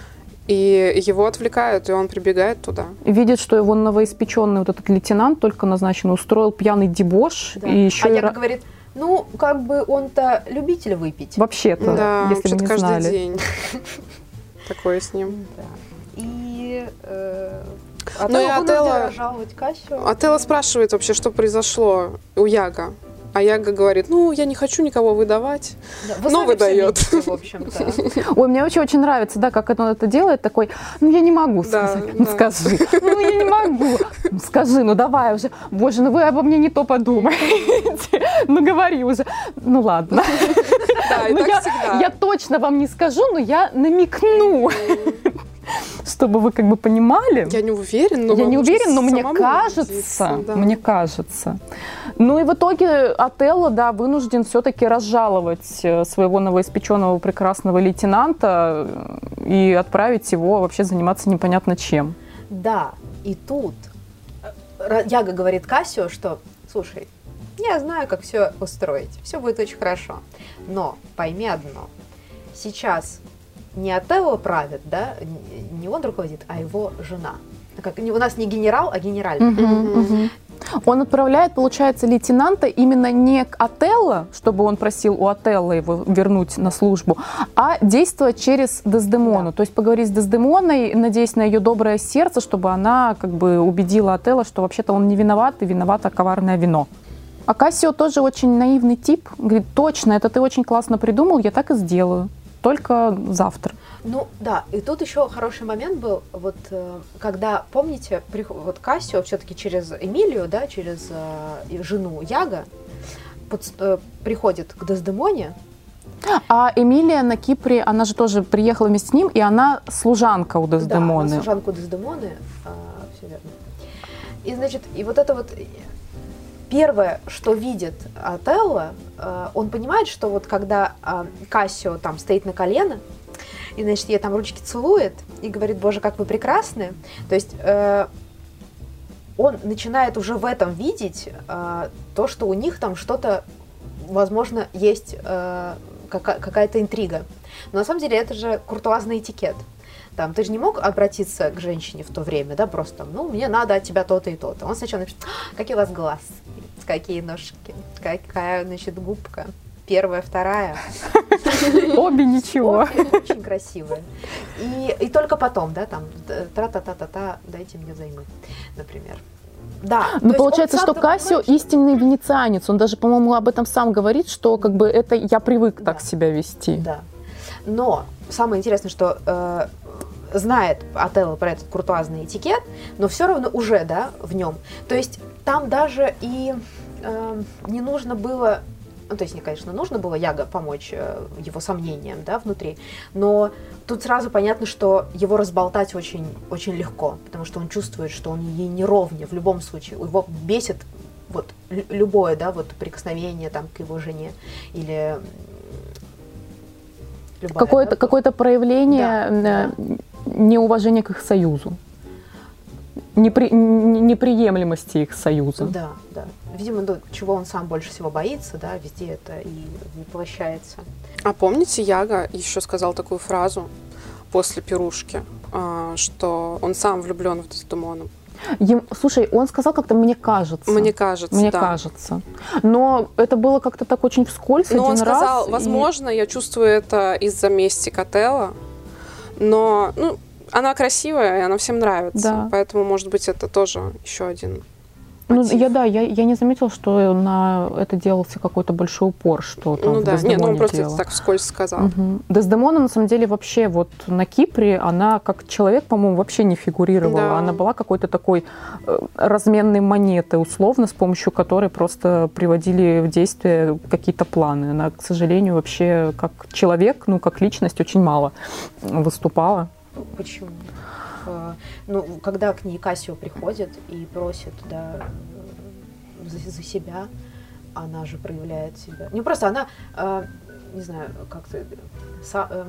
И его отвлекают, и он прибегает туда. Видит, что его новоиспеченный вот этот лейтенант, только назначенный, устроил пьяный дебош. Да. И еще а и Яго ра- говорит, ну, как бы он-то любитель выпить. Вообще-то, Да, если вы вообще-то не каждый знали. день такое с ним. Да. И э, Ну и Отелло Отелло- вынужден разжаловать Кассио. Отелло спрашивает вообще, что произошло у Яго. А Яго говорит, ну, я не хочу никого выдавать. Да, но сами выдает. всё видите, в общем-то. Ой, мне вообще очень нравится, да, как он это делает, такой, ну я не могу Да, сказать, ну да. скажи, ну я не могу, ну скажи, ну давай уже, боже, ну вы обо мне не то подумаете, ну говори уже, ну ладно, Да, и ну, так я, всегда. я точно вам не скажу, но я намекну, чтобы вы как бы понимали. Я не уверен, но Я вам не лучше уверен, но мне самому кажется, убедиться, да. мне кажется. Ну и в итоге Отелло, да, вынужден все-таки разжаловать э, своего новоиспеченного прекрасного лейтенанта э, и отправить его вообще заниматься непонятно чем. Да, и тут э, Яго говорит Кассио, что, слушай, я знаю, как все устроить, все будет очень хорошо, но пойми одно, сейчас не Отелло правит, да, н- не он руководит, а его жена. Как, не- у нас не генерал, а генераль. Мгм, мгм. Он отправляет, получается, лейтенанта именно не к Отелло, чтобы он просил у Отелло его вернуть на службу, а действовать через Дездемону. Да. То есть поговорить с Дездемоной, надеясь на ее доброе сердце, чтобы она как бы убедила Отелло, что вообще-то он не виноват, и виновато коварное вино. А Кассио тоже очень наивный тип. Говорит, точно, это ты очень классно придумал, я так и сделаю. Только завтра. Ну да, и тут еще хороший момент был, вот когда, помните, вот Кассио все-таки через Эмилию, да, через э, жену Яга под, э, приходит к Дездемоне. А Эмилия на Кипре, она же тоже приехала вместе с ним, и она служанка у Дездемоны. Да, она служанка у Дездемоны, э, все верно. И, значит, и вот это вот первое, что видит Отелло, э, он понимает, что вот когда э, Кассио там стоит на колено, и, значит, ей там ручки целует и говорит, боже, как вы прекрасны. То есть э, он начинает уже в этом видеть э, то, что у них там что-то, возможно, есть э, какая- какая-то интрига. Но на самом деле это же куртуазный этикет. Там, ты же не мог обратиться к женщине в то время, да, просто там, ну, мне надо от тебя то-то и то-то. Он сначала напишет, какие у вас глазки, какие ножки, какая, значит, губка. Первая, вторая. Обе ничего. Обе очень красивые. И, и только потом, да, там, тра-та-та-та-та, дайте мне займы, например. Да. Ну, получается, что Кассио истинный венецианец. Он даже, по-моему, об этом сам говорит, что как бы это я привык так себя вести. Да. Но самое интересное, что э, знает Отелло про этот куртуазный этикет, но все равно уже, да, в нем. То есть там даже и э, не нужно было. Ну, то есть, конечно, нужно было Яго помочь э, его сомнениям, да, внутри, но тут сразу понятно, что его разболтать очень, очень легко, потому что он чувствует, что он ей не ровня в любом случае, его бесит вот любое, да, вот прикосновение там к его жене или любая, какое-то, да, какое-то проявление да, неуважения к их союзу, непри, неприемлемости их союза. Да, да. Видимо, ну, чего он сам больше всего боится, да, везде это и воплощается. А помните, Яго еще сказал такую фразу после пирушки, что он сам влюблен в Дездемону? Ем, слушай, он сказал как-то «мне кажется». Мне кажется, Мне да. кажется. Но это было как-то так очень вскользь Но один он сказал, раз, возможно, и... я чувствую это из-за мести к Отелло, но, ну, она красивая, и она всем нравится. Да. Поэтому, может быть, это тоже еще один Ну, мотив. я, да, я, я не заметила, что на это делался какой-то большой упор, что там Ну в да, нет, ну он просто делал. это так вскользь сказал. Угу. Дездемона, на самом деле, вообще вот на Кипре, она как человек, по-моему, вообще не фигурировала. Да. Она была какой-то такой э, разменной монетой, условно, с помощью которой просто приводили в действие какие-то планы. Она, к сожалению, вообще как человек, ну, как личность очень мало выступала. Почему? Ну, когда к ней Кассио приходит и просит, да, за, за себя, она же проявляет себя. Не просто она, э, не знаю, как-то... Са, э,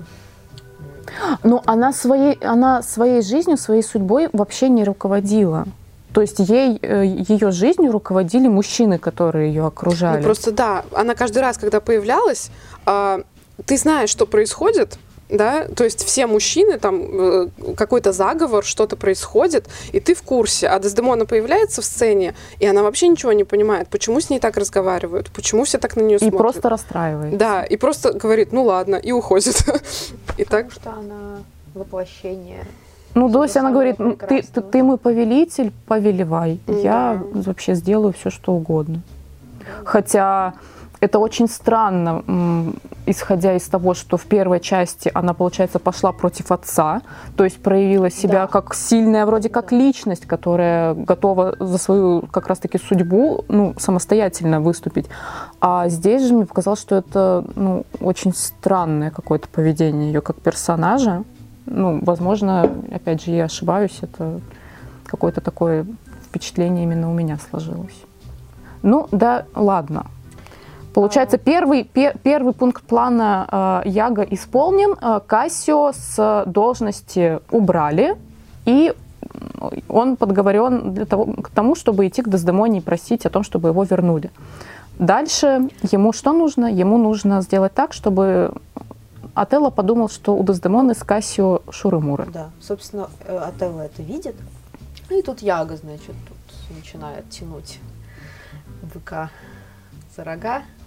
Но она своей, она своей жизнью, своей судьбой вообще не руководила. То есть ей, ее жизнью руководили мужчины, которые ее окружали. Ну просто да, она каждый раз, когда появлялась, э, ты знаешь, что происходит, да, то есть все мужчины, там э, какой-то заговор, что-то происходит, и ты в курсе, а Дездемона появляется в сцене, и она вообще ничего не понимает, почему с ней так разговаривают, почему все так на нее и смотрят. И просто расстраивается. Да, и просто говорит, ну ладно, и уходит. И так что она воплощение. Ну, то есть она говорит, ты, ты, ты мой повелитель, повелевай, да. Я вообще сделаю все, что угодно. Хотя... Это очень странно, исходя из того, что в первой части она, получается, пошла против отца, то есть проявила себя да. как сильная вроде как да. личность, которая готова за свою как раз-таки судьбу ну, самостоятельно выступить. А здесь же мне показалось, что это ну, очень странное какое-то поведение ее как персонажа. Ну, возможно, опять же, я ошибаюсь, это какое-то такое впечатление именно у меня сложилось. Ну, да, ладно. Получается, первый, пер, первый пункт плана э, Яго исполнен, э, Кассио с должности убрали, и он подговорен для того, к тому, чтобы идти к Дездемоне и просить о том, чтобы его вернули. Дальше ему что нужно? Ему нужно сделать так, чтобы Отелло подумал, что у Дездемоны с Кассио шуры-муры. Да, собственно, Отелло это видит, и тут Яго, значит, тут начинает тянуть быка за рога.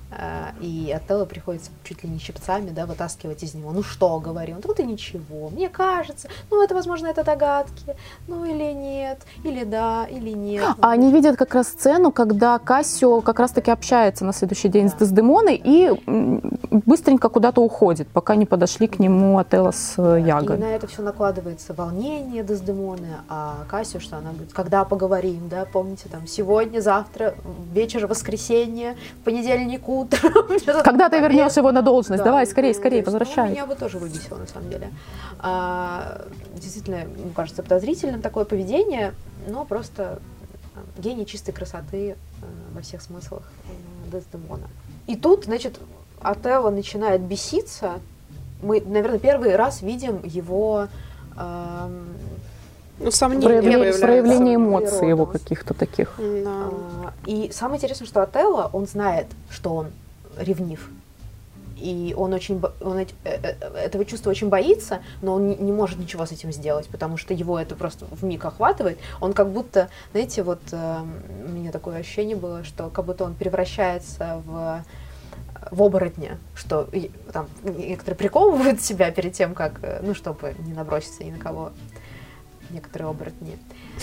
И Отелло приходится чуть ли не щипцами, да, вытаскивать из него. Ну что, говорю, он вот и ничего. Мне кажется, ну это, возможно, это догадки, ну или нет, или да, или нет. А они видят как раз сцену, когда Кассио как раз-таки общается на следующий день да. с Дездемоной и быстренько куда-то уходит, пока не подошли к нему Отелло с Яго. И на это все накладывается волнение Дездемоны, а Кассио, что она говорит, когда поговорим, да, помните, там, сегодня, завтра, вечер, воскресенье, понедельник, утро. Когда ты вернешь его на должность? Да, давай, скорее, скорее, возвращай. Ну, меня бы тоже выбесило, на самом деле. А, действительно, мне кажется, подозрительным такое поведение, но просто гений чистой красоты во всех смыслах Дездемона. И тут, значит, Отелло начинает беситься. Мы, наверное, первый раз видим его... Эм, ну, сомнения проявление, проявление эмоций его каких-то таких. Да. И самое интересное, что Отелло, он знает, что он ревнив. И он очень, он этого чувства очень боится, но он не может ничего с этим сделать, потому что его это просто вмиг охватывает. Он как будто, знаете, вот у меня такое ощущение было, что как будто он превращается в, в оборотня, что там некоторые приковывают себя перед тем, как, ну, чтобы не наброситься ни на кого. Некоторые оборотни.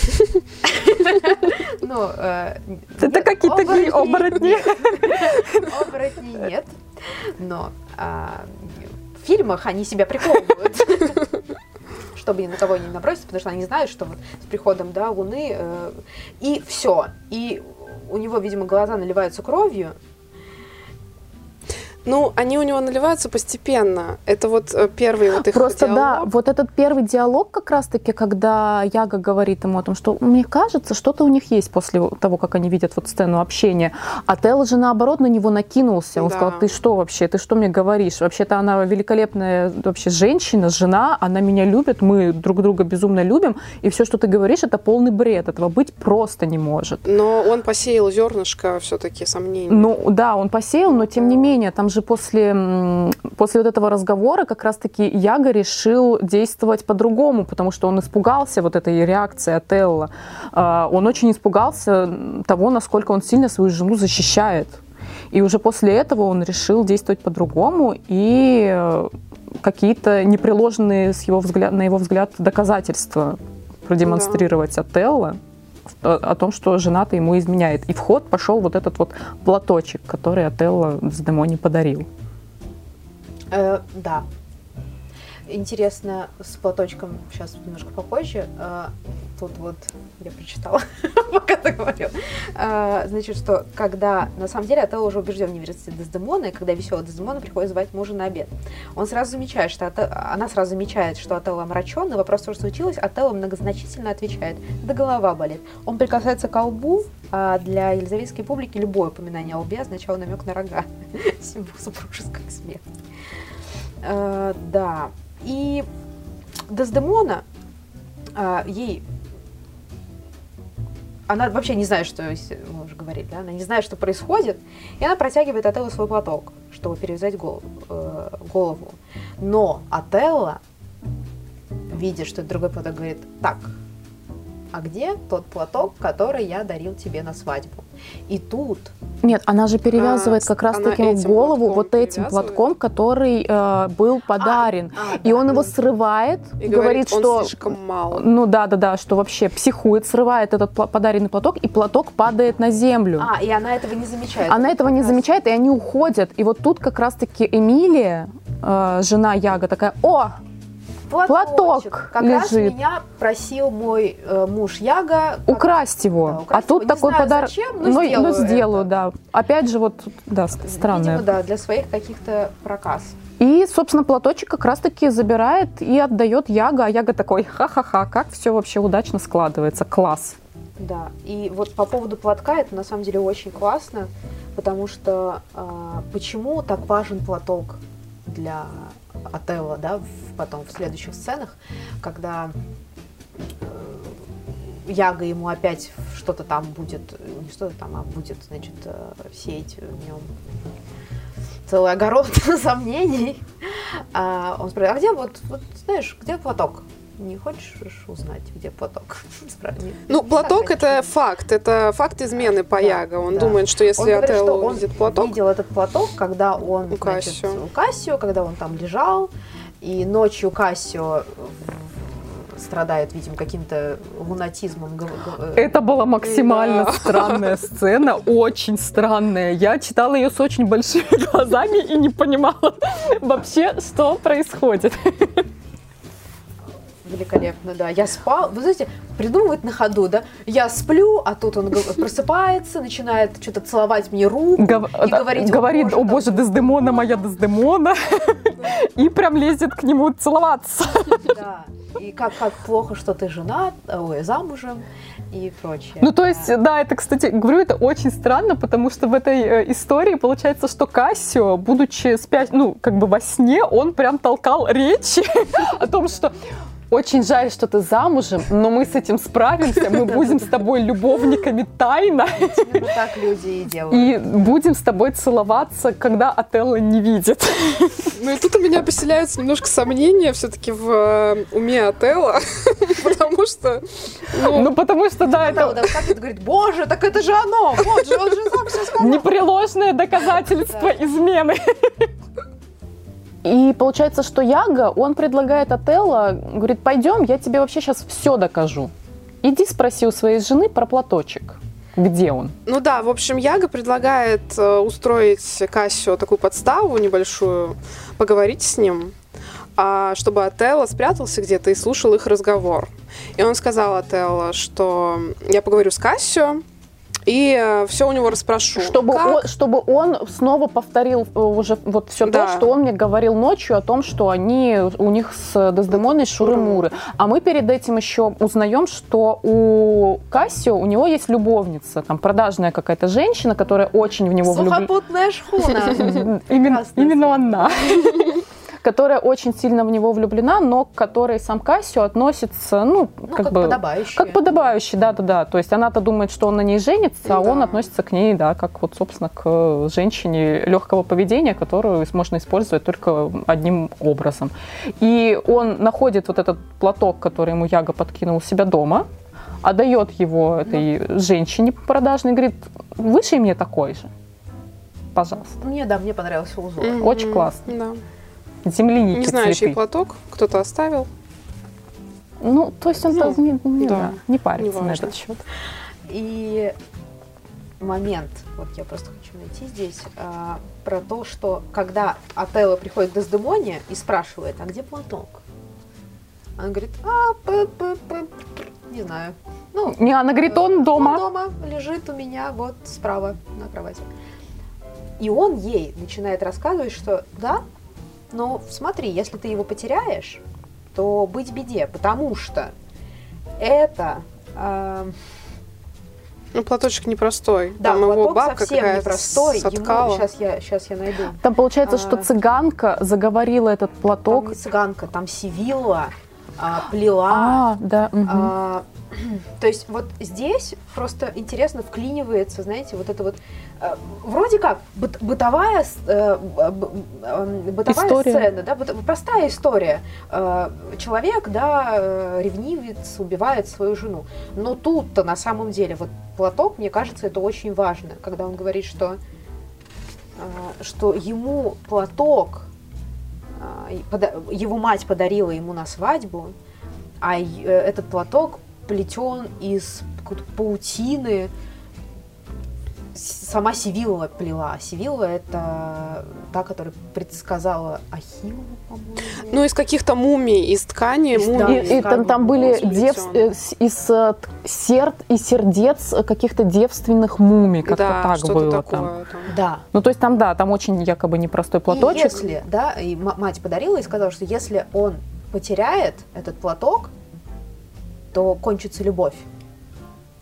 Ну, это какие такие оборотни? Оборотни нет, но в фильмах они себя приковывают, чтобы ни на кого не наброситься, потому что они знают, что вот с приходом, да, Луны и все, и у него, видимо, глаза наливаются кровью. Ну, они у него наливаются постепенно. Это вот первый вот их Просто диалог. да, вот этот первый диалог как раз-таки, когда Яго говорит ему о том, что мне кажется, что-то у них есть после того, как они видят вот сцену общения. А Отелло же наоборот на него накинулся. Он да. сказал, ты что вообще, ты что мне говоришь? Вообще-то она великолепная вообще женщина, жена, она меня любит, мы друг друга безумно любим, и все, что ты говоришь, это полный бред. Этого быть просто не может. Но он посеял зернышко все-таки сомнений. Ну да, он посеял, но тем не менее, там же после, после вот этого разговора как раз-таки Яго решил действовать по-другому, потому что он испугался вот этой реакции Отелло. Он очень испугался того, насколько он сильно свою жену защищает. И уже после этого он решил действовать по-другому и какие-то непреложные с его взгляд, на его взгляд доказательства продемонстрировать да. Отелло о том, что жена-то ему изменяет. И в ход пошел вот этот вот платочек, который Отелло Дездемоне подарил. Э, да. Интересно, с платочком сейчас немножко попозже. Э, тут вот я прочитала, пока ты говорил. Э, значит, что когда, на самом деле, Отелло уже убежден в неверности Дездемоны, и когда веселая Дездемона приходит звать мужа на обед. Он сразу замечает, что Отелло, она сразу замечает, что Отелло омрачен, и вопрос, что случилось, Отелло многозначительно отвечает: да голова болит. Он прикасается к лбу, а для елизаветской публики любое упоминание о лбе означало намек на рога. Символ супружеской смерти. Uh, да, и Дездемона, uh, ей, она вообще не знает, что, мы уже говорили, да, она не знает, что происходит, и она протягивает Отелло свой платок, чтобы перевязать голову, uh, голову. Но Отелло, видя, что это другой платок, говорит: так, а где тот платок, который я дарил тебе на свадьбу? И тут... Нет, она же перевязывает а, как раз-таки голову вот этим платком, который э, был подарен. А, а, и да, он да. его срывает, и говорит, он что... слишком мало. Ну да-да-да, что вообще психует, срывает этот подаренный платок, и платок падает на землю. А, и она этого не замечает. Она этого не замечает, и они уходят. И вот тут как раз-таки Эмилия, э, жена Яго, такая: о! Платок как лежит. Раз меня просил мой э, муж Яго украсть его, да, украсть а тут его. такой подарок. Но, но сделаю, но сделаю да. Опять же вот, да, странное. Видимо, да, для своих каких-то проказ. И, собственно, платочек как раз-таки забирает и отдает Яго, а Яго такой: ха-ха-ха, как все вообще удачно складывается, класс. Да, и вот по поводу платка, это на самом деле очень классно, потому что э, почему так важен платок для Отелло, да, в, потом в следующих сценах, когда э, Яго ему опять что-то там будет, не что-то там, а будет, значит, э, сеять в нем целый огород сомнений. А он спрашивает: а где вот, вот, знаешь, где платок? Не хочешь узнать, где платок? Ну, платок — это факт, это факт измены Паяга. Он да. думает, что если Отелло увидит платок... Он видел этот платок, когда он у Кассио. Значит, у Кассио, когда он там лежал, и ночью Кассио страдает, видимо, каким-то лунатизмом. Это была максимально да. странная сцена, очень странная. Я читала ее с очень большими глазами и не понимала вообще, что происходит. Великолепно, да. Я спал, вы знаете, придумывает на ходу, да? Я сплю, а тут он просыпается, начинает что-то целовать мне руку Гов... и да, говорить, говорит, о боже, Дездемона моя Дездемона, и прям лезет к нему целоваться. Да. И как, как плохо, что ты женат, ой, замужем и прочее. Ну, то есть, да, это, кстати, говорю, это очень странно, потому что в этой э, истории получается, что Кассио, будучи спя... ну, как бы во сне, он прям толкал речи о том, что очень жаль, что ты замужем, но мы с этим справимся, мы будем с тобой любовниками тайно. Именно так люди и делают. И будем с тобой целоваться, когда Отелло не видит. Ну и тут у меня поселяются немножко сомнения все-таки в уме Отелло, потому что... Ну, ну потому что, да, это... Отелло как говорит, боже, так это же оно, вот же, он же сам все сказал. Непреложное доказательство измены. И получается, что Яго, он предлагает Отелло, говорит, пойдем, я тебе вообще сейчас все докажу. Иди спроси у своей жены про платочек. Где он? Ну да, в общем, Яго предлагает э, устроить Кассио такую подставу небольшую, поговорить с ним, а, чтобы Отелло спрятался где-то и слушал их разговор. И он сказал Отелло, что я поговорю с Кассио, и э, все у него расспрошу. Чтобы он, чтобы он снова повторил уже вот все да. то, что он мне говорил ночью о том, что они у них с Дездемоной шуры-муры. А мы перед этим еще узнаем, что у Кассио у него есть любовница, там продажная какая-то женщина, которая очень в него влюблена. Сухопутная шхуна. Именно она. Которая очень сильно в него влюблена, но к которой сам Кассио относится, ну, ну как, как бы... подобающий. Как подобающий, да-да-да. То есть она-то думает, что он на ней женится, а да. он относится к ней, да, как вот, собственно, к женщине легкого поведения, которую можно использовать только одним образом. И он находит вот этот платок, который ему Яго подкинул у себя дома, отдает его этой ну. женщине продажной, говорит, вышей мне такой же, пожалуйста. Мне, да, мне понравился узор. Mm-hmm. Очень классно. Да. Земляники, не знаю, цветы. чей платок кто-то оставил. Ну, то есть он ну, не, не, да, да, не парится не на этот счет. И момент, вот я просто хочу найти здесь, а, про то, что когда Отелло приходит к Дездемоне и спрашивает, а где платок? Он говорит, а, п -п -п не знаю. Ну, не, она говорит, он дома. Он дома лежит у меня вот справа на кровати. И он ей начинает рассказывать, что да, но смотри, если ты его потеряешь, то быть беде, потому что это... Э... Ну, платочек непростой. Да, там платок его бабка совсем непростой. Ему... Сейчас, я, сейчас я найду. Там получается, а... что цыганка заговорила этот платок. Там не цыганка, там Севилла а, плела. А, да. Угу. А, то есть вот здесь просто интересно вклинивается, знаете, вот это вот э, вроде как быт, бытовая, э, бытовая история. сцена, да, быт, простая история. Э, человек, да, ревнивец, убивает свою жену. Но тут-то на самом деле вот платок, мне кажется, это очень важно, когда он говорит, что, э, что ему платок, э, пода- его мать подарила ему на свадьбу, а э, этот платок плетен из паутины. Сама Севилла плела. Севилла — это та, которая предсказала Ахиллу, по-моему. Ну, из каких-то мумий, из ткани. Из, мумий. да, и, и там, там были дев, из серд и сердец каких-то девственных мумий, как-то да, так что-то было такое, там. там. Да. Ну, то есть там, да, там очень якобы непростой платочек. И если, да, и мать подарила и сказала, что если он потеряет этот платок, то кончится любовь. Я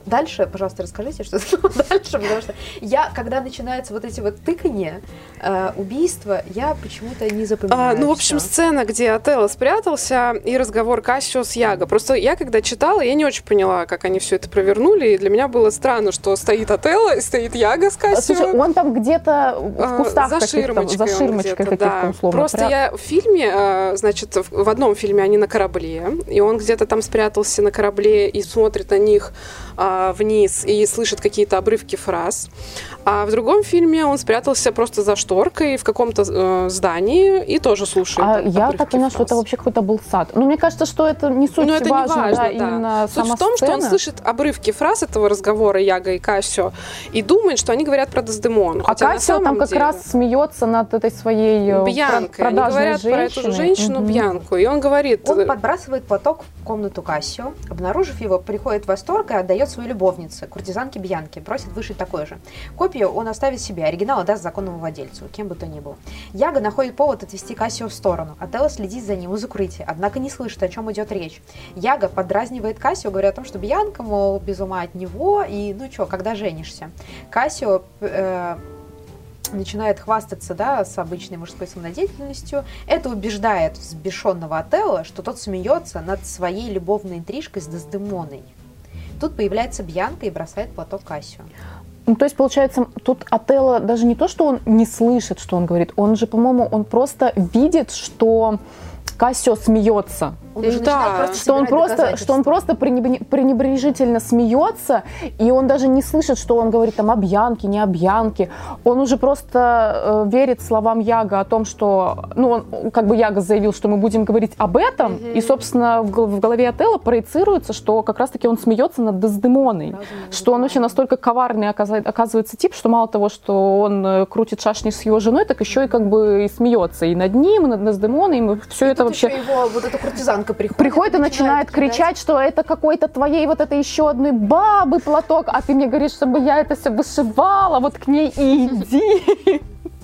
Дальше, пожалуйста, расскажите, что было дальше, потому что я, когда начинаются вот эти вот тыканья, э, убийства, я почему-то не запоминаю. А, ну, в общем, всё. сцена, где Отелло спрятался, и разговор Кассио с Яго. Просто я, когда читала, я не очень поняла, как они все это провернули, и для меня было странно, что стоит Отелло и стоит Яго с Кассио. Слушай, он там где-то в кустах за каких-то, ширмочкой, за ширмочкой каких-то, да. условно. Просто прям. я в фильме, значит, в одном фильме они на корабле, и он где-то там спрятался на корабле и смотрит на них а, вниз и слышит какие-то обрывки фраз. А в другом фильме он спрятался просто за шторкой в каком-то э, здании и тоже слушает. А я обрывки так поняла, фраз. что это вообще какой-то был сад. Ну, мне кажется, что это не суть Но это важно, не важно, да, да. именно Суть сама в том, что он сцена. слышит обрывки фраз этого разговора Яго и Кассио и думает, что они говорят про Дездемону. А Хотя на Кассио там самом как деле... раз смеется над этой своей э, Бьянкой. Они продажной говорят женщиной. про эту же женщину Мгм. Бьянку. И он говорит... Он подбрасывает платок в комнату Кассио. Обнаружив его, приходит в восторг и отдает своей любовнице, куртизанке Бьянке. Просит вышить такое же. Копию он оставит себе, оригинал отдаст законному владельцу, кем бы то ни был. Яго находит повод отвести Кассио в сторону. Отелло следит за ним из укрытия, однако не слышит, о чем идет речь. Яго подразнивает Кассио, говоря о том, что Бьянка, мол, без ума от него, и ну что, когда женишься? Кассио... Э, начинает хвастаться, да, с обычной мужской самонадеятельностью. Это убеждает взбешенного Отелло, что тот смеется над своей любовной интрижкой с Дездемоной. Тут появляется Бьянка и бросает платок Кассио. Ну, то есть, получается, тут Отелло даже не то, что он не слышит, что он говорит, он же, по-моему, он просто видит, что Кассио смеется. Он уже Да, начинает просто Что он собирать просто, что он доказательства. просто пренеб- пренебрежительно смеется, и он даже не слышит, что он говорит там о Бьянке, не о Бьянке. Он уже просто э, верит словам Яго о том, что, ну, он, как бы Яго заявил, что мы будем говорить об этом, Мгм. и, собственно, в, гол- в голове Отелло проецируется, что как раз-таки он смеется над Дездемоной. Сразу не Что он вызывает. вообще настолько коварный оказа- оказывается тип, что мало того, что он э, крутит шашни с его женой, так еще и как бы и смеется и над ним, и над Дездемоной, и все И это тут вообще... еще его вот эта куртизанка приходит. Приходит и начинает кидать. кричать, что это какой-то твоей вот этой еще одной бабы платок, а ты мне говоришь, чтобы я это все вышивала, вот к ней и иди.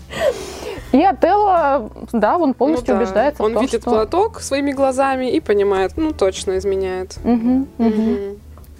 И Отелло, да, он полностью Ну да. убеждается Он в том, видит что... платок своими глазами и понимает, ну, точно изменяет. Мгм, мгм. Мгм.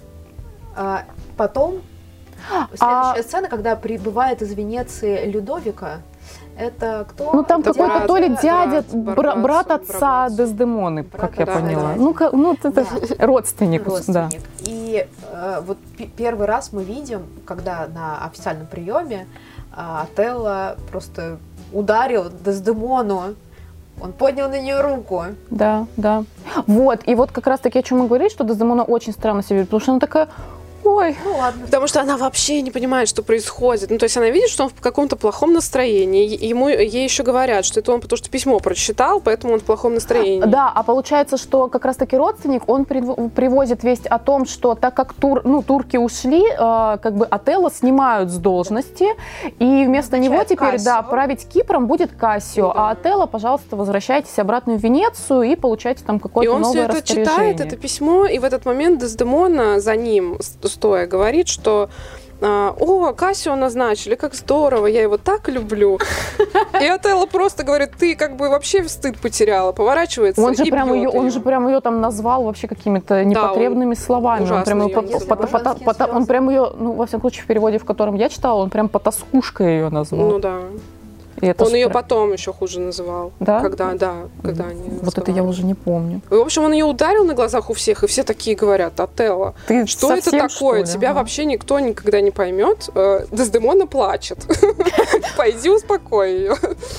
А, потом, следующая А- сцена, когда прибывает из Венеции Людовика, это кто? Ну, там Это какой-то брат, то ли брат, дядя, брат, бра- брат брат отца отца. Дездемоны, Брат как я отца, поняла. да. Ну, ка- ну, это Да. родственник, да. Родственник. И э, вот п- первый раз мы видим, когда на официальном приеме э, Отелло просто ударил Дездемону. Он поднял на нее руку. Да, да. Вот, и вот как раз-таки о чем мы говорили, что Дездемона очень странно себя ведет, потому что она такая, ой, Ну ладно. Потому что она вообще не понимает, что происходит. Ну, то есть она видит, что он в каком-то плохом настроении. Е- Ему, ей еще говорят, что это он потому что письмо прочитал, поэтому он в плохом настроении. да, а получается, что как раз-таки родственник, он прив- привозит весть о том, что так как тур, ну, турки ушли, э, как бы Отелло снимают с должности, и вместо Назначают него теперь, да, Кассио. править Кипром будет Кассио, Ну да. а Отелло, пожалуйста, возвращайтесь обратно в Венецию и получайте там И какое-то он все новое это распоряжение. читает, это письмо, и в этот момент Дездемона за ним, с- стоя, говорит, что а, «О, Кассио назначили, как здорово, я его так люблю». И Отелло просто говорит, ты как бы вообще стыд потеряла, поворачивается Он же, и прям бьет ее, он её. же прям ее там назвал вообще какими-то непотребными словами. Он ужасно прям, её её по- называл. по- по- по- Женские по- он слёзы. прям ее, ну, во всяком случае, в переводе, в котором я читала, он прям потаскушкой ее назвал. Ну да. И это Он ж ее прям- потом еще хуже называл. Да? Когда, да, когда они Вот это я разговаривали. уже не помню. В общем, он ее ударил на глазах у всех, и все такие говорят, Отелло, Ты что это совсем, такое? что ли? Тебя Ага. вообще никто никогда не поймет. Э, Дездемона плачет. Пойди успокой ее.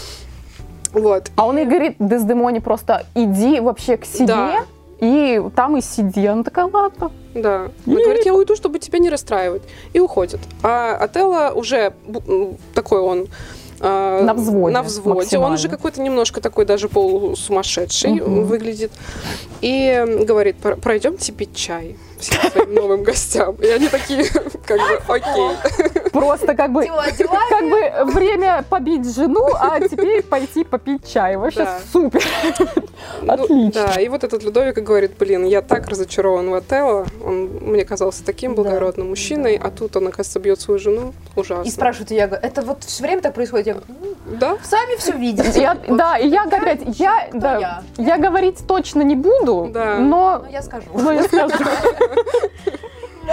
Вот. А он ей говорит Дездемоне просто иди вообще к себе, Да. и там и сиди. Она такая, ладно. Да. Он говорит, я уйду, чтобы тебя не расстраивать. И уходит. А Отелло уже бу- м, такой он... э, На взводе На взводе. Он максимально. уже какой-то немножко такой даже полусумасшедший Мгм. выглядит. И м, говорит, «Пр- пройдемте пить чай всем своим новым гостям. И они такие, как бы, окей. Просто как бы, Дела, дела. как бы время побить жену, а теперь пойти попить чай. Вообще Да. супер. Ну, Отлично. Да, и вот этот Людовик говорит, блин, я так разочарован в Отелло. Он мне казался таким благородным Да. мужчиной, а тут он, оказывается, бьет свою жену. Ужасно. И спрашивают я говорю, это вот все время так происходит? Я говорю, ну, Да? сами все видите. Я- да, и я опять, я, кто да, я? я говорить точно не буду, Да. но, Ну, я скажу. но я скажу.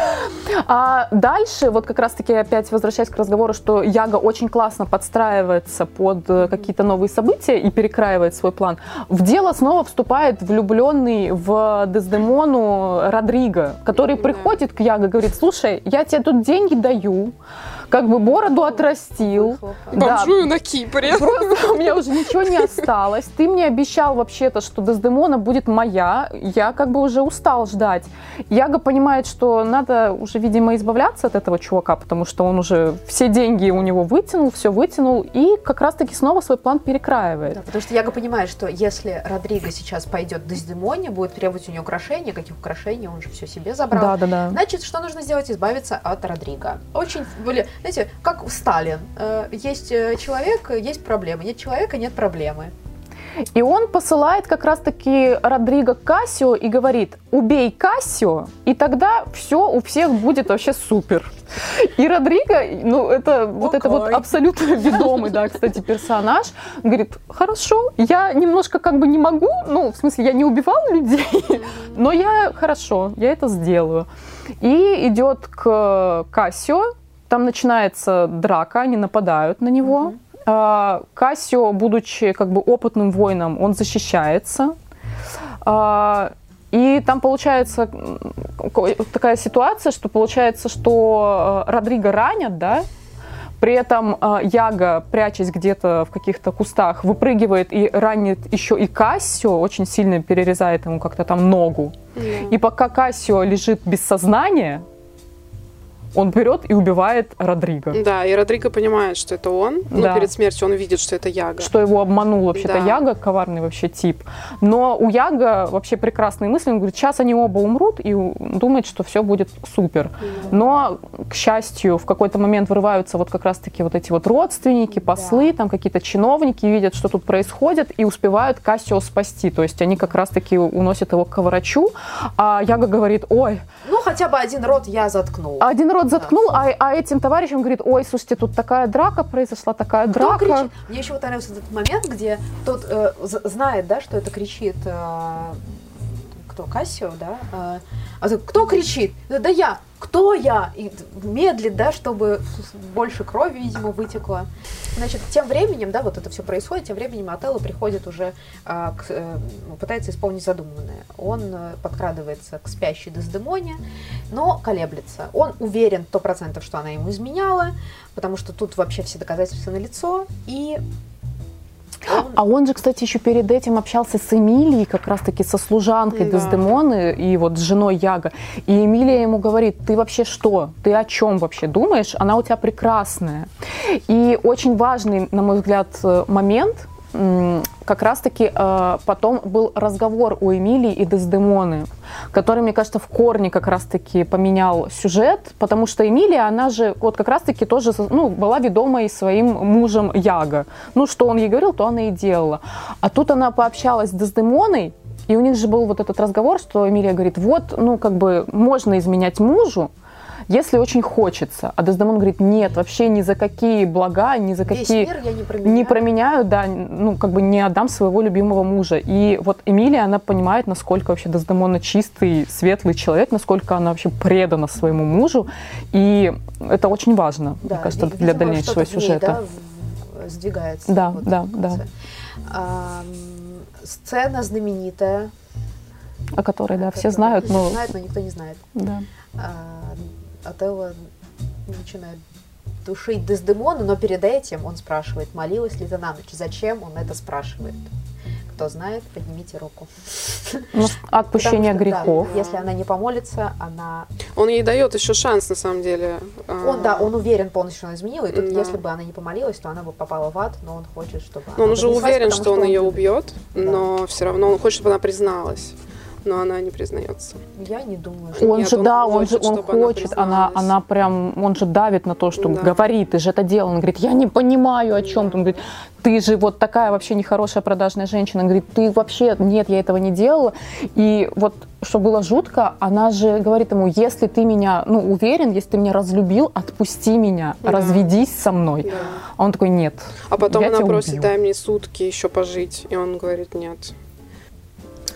А дальше, вот как раз-таки опять возвращаясь к разговору, что Яга очень классно подстраивается под какие-то новые события и перекраивает свой план, в дело снова вступает влюбленный в Дездемону Родриго, который Да. приходит к Яго и говорит: слушай, я тебе тут деньги даю, как бы бороду отрастил. Да. Бомжую на Кипре. Просто у меня уже ничего не осталось. Ты мне обещал вообще-то, что Дездемона будет моя. Я как бы уже устал ждать. Яга понимает, что надо уже, видимо, избавляться от этого чувака, потому что он уже все деньги у него вытянул, все вытянул, и как раз-таки снова свой план перекраивает. Да, потому что Яга понимает, что если Родриго сейчас пойдет к Дездемоне, будет требовать у нее украшения, каких украшений, он же все себе забрал. Да, да, да. Значит, что нужно сделать? Избавиться от Родриго. Очень, были, знаете, как Сталин. Э, Есть э, человек, есть проблемы. Нет человека, нет проблемы. И он посылает как раз-таки Родриго к Кассио и говорит: убей Кассио, и тогда все у всех будет вообще супер. И Родриго, ну это вот это вот абсолютно ведомый, да, кстати, персонаж, говорит: хорошо, я немножко как бы не могу, ну в смысле я не убивал людей, но я хорошо, я это сделаю. И идет к Кассио, там начинается драка, они нападают на него. Кассио, будучи как бы опытным воином, он защищается. И там получается такая ситуация, что получается, что Родриго ранят, да, при этом Яга, прячась где-то в каких-то кустах, выпрыгивает и ранит еще и Кассио, очень сильно перерезает ему как-то там ногу. Mm. И пока Кассио лежит без сознания, он берет и убивает Родриго. Да, и Родриго понимает, что это он. Да. Но перед смертью он видит, что это Яга. Что его обманул вообще-то Да. Яга, коварный вообще тип. Но у Яга вообще прекрасные мысли. Он говорит: сейчас они оба умрут, и думает, что все будет супер. Но, к счастью, в какой-то момент вырываются вот как раз-таки вот эти вот родственники, послы, Да. там какие-то чиновники, видят, что тут происходит, и успевают Кассио спасти. То есть они как раз-таки уносят его к врачу, а Яга говорит: ой, Ну, хотя бы один рот я заткнул. один рот заткнул, а, а этим товарищам говорит: ой, слушайте, тут такая драка произошла, такая Кто драка. кричит? Мне еще вот нравился этот момент, где тот э, з- знает, да, что это кричит э, кто, Кассио, да? Э, а тут, кто кричит? Да, да я. Кто я? И медлит, да, чтобы больше крови, видимо, вытекло. Значит, тем временем, да, вот это все происходит, тем временем Отелло приходит уже, а, к, э, пытается исполнить задуманное. Он э, подкрадывается к спящей Дездемоне, но колеблется. Он уверен сто процентов, что она ему изменяла, потому что тут вообще все доказательства налицо, и он... А он же, кстати, еще перед этим общался с Эмилией, как раз-таки со служанкой Да. Дездемоны и вот с женой Яга. И Эмилия ему говорит: ты вообще что? Ты о чем вообще думаешь? Она у тебя прекрасная. И очень важный, на мой взгляд, момент, как раз-таки потом был разговор у Эмилии и Дездемоны, который, мне кажется, в корне как раз-таки поменял сюжет, потому что Эмилия, она же вот как раз-таки тоже, ну, была ведомой своим мужем Яго. Ну, что он ей говорил, то она и делала. А тут она пообщалась с Дездемоной, и у них же был вот этот разговор, что Эмилия говорит: вот, ну, как бы можно изменять мужу, если очень хочется. А Дездемон говорит: нет, вообще ни за какие блага, ни за Весь какие... мир я не променяю. Не променяю, да, ну, как бы не отдам своего любимого мужа. И вот Эмилия, она понимает, насколько вообще Дездемона чистый, светлый человек, насколько она вообще предана своему мужу. И это очень важно, Да, мне кажется, ви- для видимо, дальнейшего что-то в ней, сюжета. да, в- сдвигается. Да, вот да, эта да. функция. Ам, Сцена знаменитая. О которой, да, все которую знают, все но... знают, но никто не знает. Да. А, Отелло начинает душить Дездемону, но перед этим он спрашивает: молилась ли ты на ночь? Зачем он это спрашивает? Кто знает, поднимите руку. Ну, отпущение Потому что, грехов. да, если она не помолится, она... Он ей дает еще шанс, на самом деле. Он, да, он уверен полностью, что она изменила, и тут, Да. если бы она не помолилась, то она бы попала в ад, но он хочет, чтобы Но он она уже вознеслась, уверен, потому что он ее любит. убьет, Да. но все равно он хочет, чтобы она призналась. Но она не признается. Я не думаю, что... Он Нет, же, он да, он хочет, же, он чтобы она хочет, она, призналась. она прям, он же давит на то, что Да. говори, ты же это делал. Он говорит: я не понимаю, о чем ты. Он говорит: ты же вот такая вообще нехорошая продажная женщина. Он говорит: ты вообще, нет, я этого не делала. И вот, что было жутко, она же говорит ему: если ты меня, ну, уверен, если ты меня разлюбил, отпусти меня, Да. разведись со мной. Да. А он такой: нет. А потом я она тебя просит: убью. дай мне сутки еще пожить. И он говорит: нет.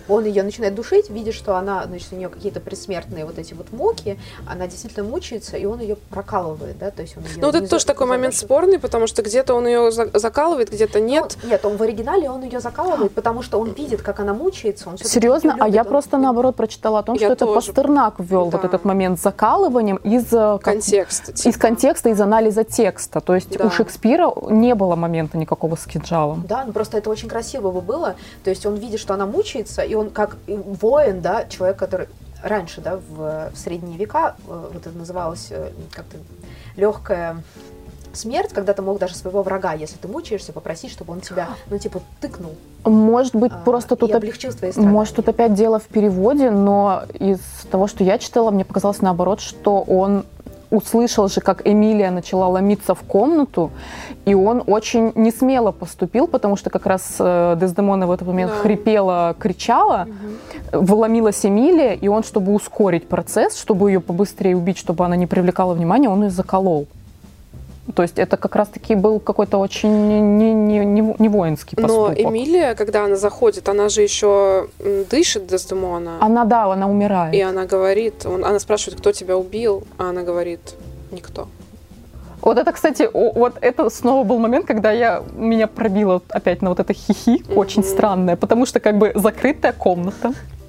Он ее начинает душить, видит, что она, значит, у нее какие-то предсмертные вот эти вот муки, она действительно мучается, и он ее прокалывает, да, то есть он ее... Ну, вот это тоже такой момент спорный, потому что где-то он ее закалывает, где-то нет. Ну, нет, он в оригинале он ее закалывает, потому что он видит, как она мучается. Он Серьезно? А я он... просто наоборот прочитала о том, я что это тоже. Пастернак ввел да. вот этот момент с закалыванием из контекста, как... типа. из контекста, из анализа текста. То есть да. у Шекспира не было момента никакого с кинжалом. Да, ну просто это очень красиво бы было. То есть он видит, что она мучается, и он как воин, да, человек, который раньше, да, в, в средние века, вот это называлось как-то легкая смерть, когда ты мог даже своего врага, если ты мучаешься, попросить, чтобы он тебя, ну, типа, тыкнул. Может быть, а, просто тут, облегчил твои страдания. Может, тут опять дело в переводе, но из того, что я читала, мне показалось наоборот, что он услышал же, как Эмилия начала ломиться в комнату, и он очень несмело поступил, потому что как раз Дездемона в этот момент да. хрипела, кричала, угу. вломилась Эмилия, и он, чтобы ускорить процесс, чтобы ее побыстрее убить, чтобы она не привлекала внимания, он ее заколол. То есть это как раз-таки был какой-то очень не, не, не, не воинский поступок. Но Эмилия, когда она заходит, она же еще дышит Дездемона. Она, да, она умирает. И она говорит, он, она спрашивает, кто тебя убил, а она говорит, никто. Вот это, кстати, вот это снова был момент, когда я, меня пробило опять на вот это хихи, mm-hmm. очень странное, потому что как бы закрытая комната,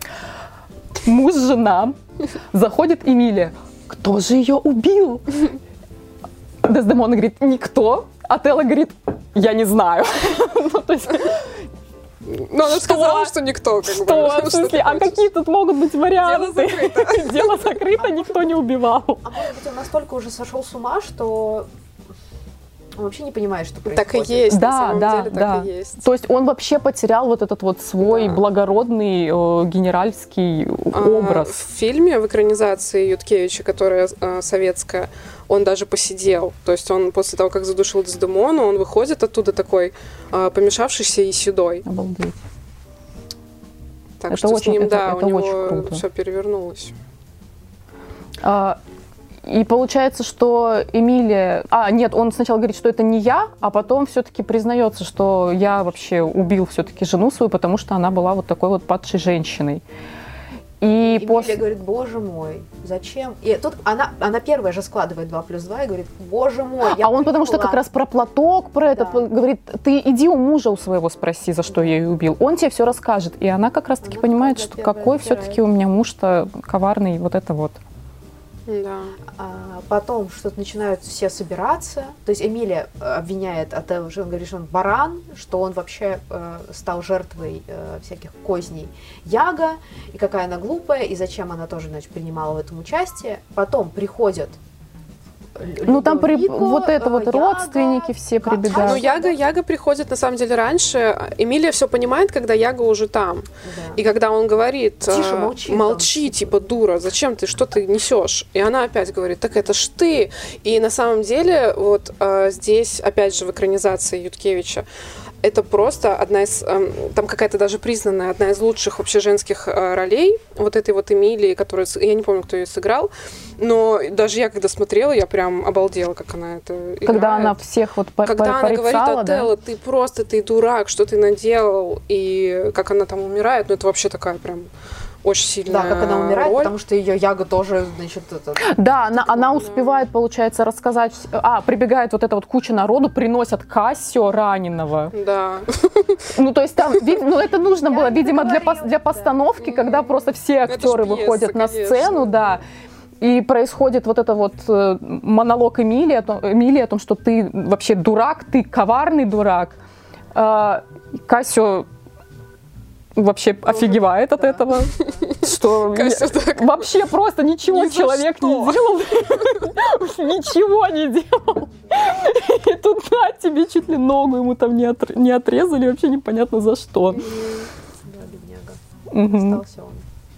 муж, жена, заходит Эмилия, кто же ее убил? Дездемона говорит, никто. Отелло говорит, я не знаю. ну, то есть, Но она сказала, что никто. Как что? бы, в смысле, а какие тут могут быть варианты? Дело закрыто. Дело закрыто, никто не убивал. А может быть, он настолько уже сошел с ума, что он вообще не понимает, что происходит. Так и есть, да, на самом да, деле, да. так и есть. То есть он вообще потерял вот этот вот свой да. благородный э, генеральский а, образ. В фильме, в экранизации Юткевича, которая э, советская, он даже посидел. То есть он после того, как задушил Дездемону, он выходит оттуда такой э, помешавшийся и седой. Обалдеть. Так это что очень, с ним, это, да, это у него очень круто. Все перевернулось. А, и получается, что Эмилия... А, нет, он сначала говорит, что это не я, а потом все-таки признается, что я вообще убил все-таки жену свою, потому что она была вот такой вот падшей женщиной. И Эмилия после... говорит, боже мой, зачем? И тут она, она первая же складывает два плюс два и говорит, боже мой, я А он потому что как раз про платок, про это да. говорит, ты иди у мужа у своего спроси, за что я ее убил. Он тебе все расскажет. И она как раз-таки она понимает, что какой все-таки у меня муж-то коварный, вот это вот. Да. А потом что-то начинают все собираться. То есть Эмилия обвиняет Отелло, он говорит, что он баран, что он вообще э, стал жертвой э, всяких козней Яга, и какая она глупая, и зачем она тоже, значит, принимала в этом участие. Потом приходят Ну там при... Людовико, вот это вот Яга, родственники все Ка- прибегают. Ну, Яга, Яга приходит, на самом деле, раньше. Эмилия все понимает, когда Яга уже там. Да. И когда он говорит, Тише, э, молчи, молчи, там. типа, дура, зачем ты, что ты несешь? И она опять говорит, так это ж ты. И на самом деле, вот э, здесь, опять же, в экранизации Юткевича, это просто одна из, э, там какая-то даже признанная, одна из лучших вообще женских э, ролей, вот этой вот Эмилии, которая, я не помню, кто ее сыграл, но даже я, когда смотрела, я прям обалдела, как она это играет. Когда она всех вот по- Когда по- она говорит, порицала, Отелло, да? ты просто, ты дурак, что ты наделал, и как она там умирает, ну это вообще такая прям очень сильная Да, как она умирает, роль. потому что ее Яга тоже, значит, это... Да, она, она да. успевает, получается, рассказать... А, прибегает вот эта вот куча народу, приносят Кассио раненого. Да. Ну, то есть там, вид- ну, это нужно было, Я видимо, для, говорила, пос- для да. постановки, когда просто все Это ж актеры пьеса, выходят на конечно. сцену, да, и происходит вот это вот э, монолог Эмилии о том, Эмилии о том, что ты вообще дурак, ты коварный дурак. А, Кассио вообще офигевает от да. этого, что Кассио я- так. вообще просто ничего Ни за человек что. не делал, ничего не делал. И тут на тебе чуть ли ногу ему там не отр- не отрезали, вообще непонятно за что. Да, бедняга. Мгм. Остался он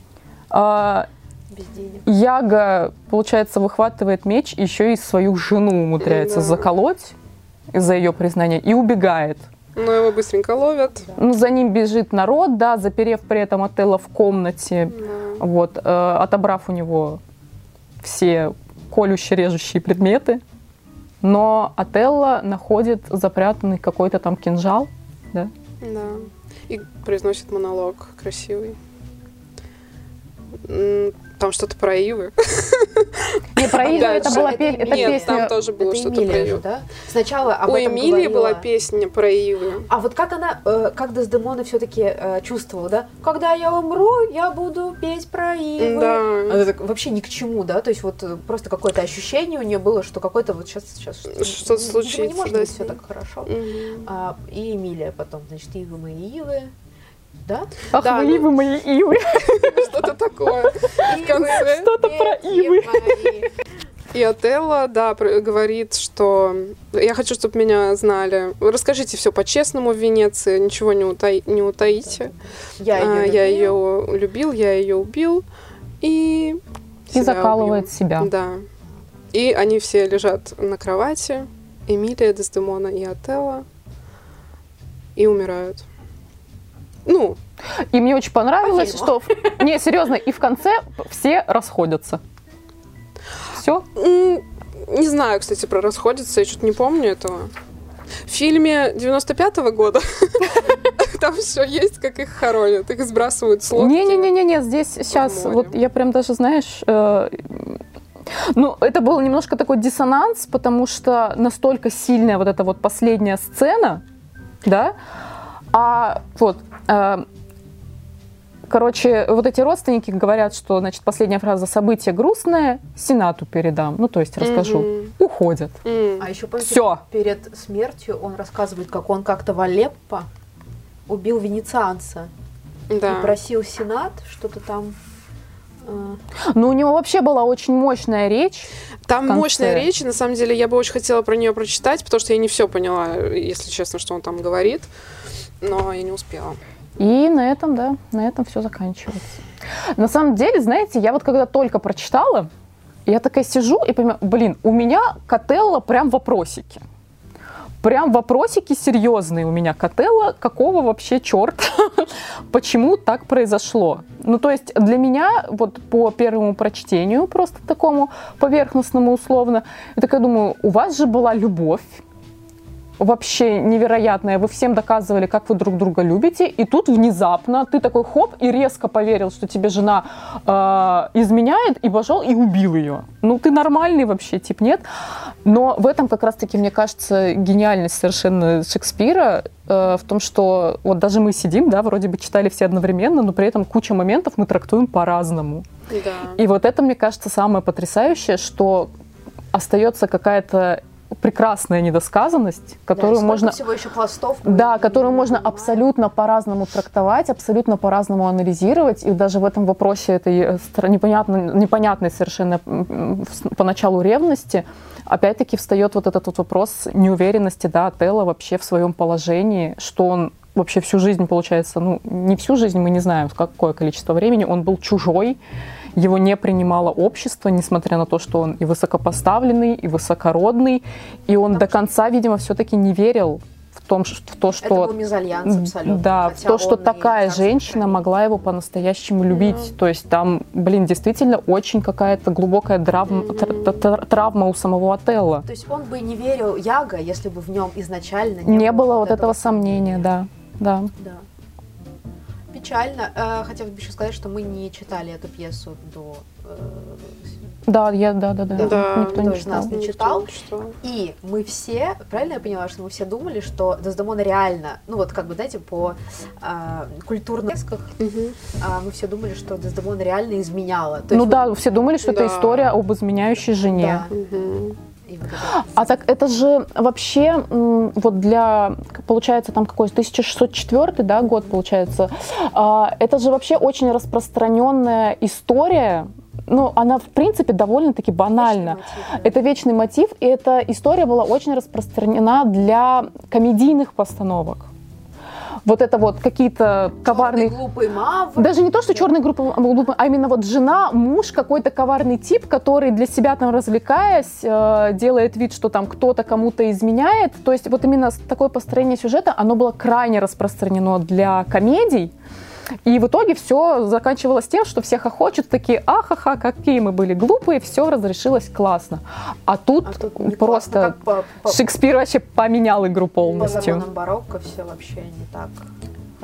А, без денег. Яга, получается, выхватывает меч, еще и свою жену умудряется Да. заколоть из-за ее признания и убегает. Но его быстренько ловят. Ну, за ним бежит народ, да, заперев при этом Отелло в комнате, Да. вот, э, отобрав у него все колющие, режущие предметы. Но Отелло находит запрятанный какой-то там кинжал, да? Да. И произносит монолог красивый. Там что-то про ивы. Не, про ивы это была песня. Нет, там тоже было что-то про ивы. Сначала об У этом Эмилии говорила... была песня про ивы. А вот как она, э, как Дездемона все-таки э, чувствовала, да? Когда я умру, я буду петь про ивы. Да. Она так вообще ни к чему, да? То есть вот э, просто какое-то ощущение у нее было, что какой-то вот сейчас, сейчас что-то случится. Не может да, быть все так хорошо. Угу. А, и Эмилия потом, значит, ивы мои ивы. Да? Ах, Да, вы ну- ивы мои ивы. Что-то такое в конце. Что-то про ивы. И Отелло, да, про- говорит, что я хочу, чтобы меня знали. Расскажите все по-честному в Венеции, ничего не, утай- не утаите. Я А, ее я ее любил, я ее убил. И, И себя закалывает убью. себя. Да. И они все лежат на кровати. Эмилия, Дездемона и Отелло. И умирают. Ну, И мне очень понравилось, По что... в- Не, серьезно, и в конце все расходятся. Все? м, не знаю, кстати, про расходятся, я что-то не помню этого. В фильме девяносто пятого года там все есть, как их хоронят. Их сбрасывают с лодки. Не-не-не-не, здесь сейчас, море. вот я прям даже, знаешь, э, ну, это был немножко такой диссонанс, потому что настолько сильная вот эта вот последняя сцена, да, а вот, э, короче, вот эти родственники говорят, что, значит, последняя фраза «событие грустное, Сенату передам», ну, то есть расскажу, Мгм. уходят. М, А еще помните, Всё. перед смертью он рассказывает, как он как-то в Алеппо убил венецианца и Да. просил Сенат что-то там. э, Но у него вообще была очень мощная речь. Там в конце. мощная речь, и на самом деле я бы очень хотела про нее прочитать, потому что я не все поняла, если честно, что он там говорит, но я не успела. И на этом, да, на этом все заканчивается. На самом деле, знаете, я вот когда только прочитала, я такая сижу и понимаю, блин, у меня к Отелло прям вопросики. Прям вопросики серьезные у меня к Отелло. Какого вообще черта? Почему так произошло? Ну, то есть для меня, вот по первому прочтению, просто такому поверхностному условно, я такая думаю, у вас же была любовь. Вообще невероятное. Вы всем доказывали, как вы друг друга любите, и тут внезапно ты такой хоп и резко поверил, что тебе жена э, изменяет, и пошел и убил ее. Ну ты нормальный вообще тип, нет? Но в этом как раз-таки, мне кажется, гениальность совершенно Шекспира э, в том, что вот даже мы сидим, да, вроде бы читали все одновременно, но при этом куча моментов мы трактуем по-разному. Да. И вот это, мне кажется, самое потрясающее, что остается какая-то прекрасная недосказанность, которую да, можно, всего еще пластов. мы да, не которую можно понимаем. абсолютно по-разному трактовать, абсолютно по-разному анализировать, и даже в этом вопросе этой стра- непонятной, непонятной совершенно м, с- поначалу ревности, опять-таки встает вот этот вот вопрос неуверенности, да, Отелло вообще в своем положении, что он вообще всю жизнь, получается, ну, не всю жизнь, мы не знаем, какое количество времени, он был чужой, его не принимало общество, несмотря на то, что он и высокопоставленный, и высокородный, и он до конца, видимо, все-таки не верил в, том, ш- в то, что... Это был мезальянс абсолютно. Да, в хотя то, что он и такая царство женщина хранит. могла его по-настоящему любить. То есть там, блин, действительно очень какая-то глубокая травма, тр- тр- травма у самого Отелло. То есть он бы не верил Яго, если бы в нем изначально Не, не, было вот этого сомнения, да. Да. Да. Печально. Э, Хотелось бы еще сказать, что мы не читали эту пьесу до... э, Да, я, да, да, да. Да, Никто не тоже читал. нас не Никто читал. не читал. И мы все, правильно я поняла, что мы все думали, что Дездемона реально, ну вот как бы, знаете, по э, культурным сказках, Мгм. а, мы все думали, что Дездемона реально изменяла. То Ну есть да, вот- все думали, что это Да. история об изменяющей жене. Да. Мгм. И вот это- А так это же вообще м, вот для, получается, там какой тысяча шестьсот четвёртый, да, год, получается, а, это же вообще очень распространенная история, ну, она, в принципе, довольно-таки банальна. Вечный мотив, да. Это вечный мотив, и эта история была очень распространена для комедийных постановок. Вот это вот какие-то коварные... Чёрный глупый мавр. Даже не то, что черная группа, а именно вот жена, муж, какой-то коварный тип, который для себя там развлекаясь, э, делает вид, что там кто-то кому-то изменяет. То есть вот именно такое построение сюжета, оно было крайне распространено для комедий. И в итоге все заканчивалось тем, что все хохочут, такие, ахаха, какие мы были глупые, все разрешилось классно. А тут, А тут не классно, просто как по, по, Шекспир вообще поменял игру по полностью. законам барокко все вообще не так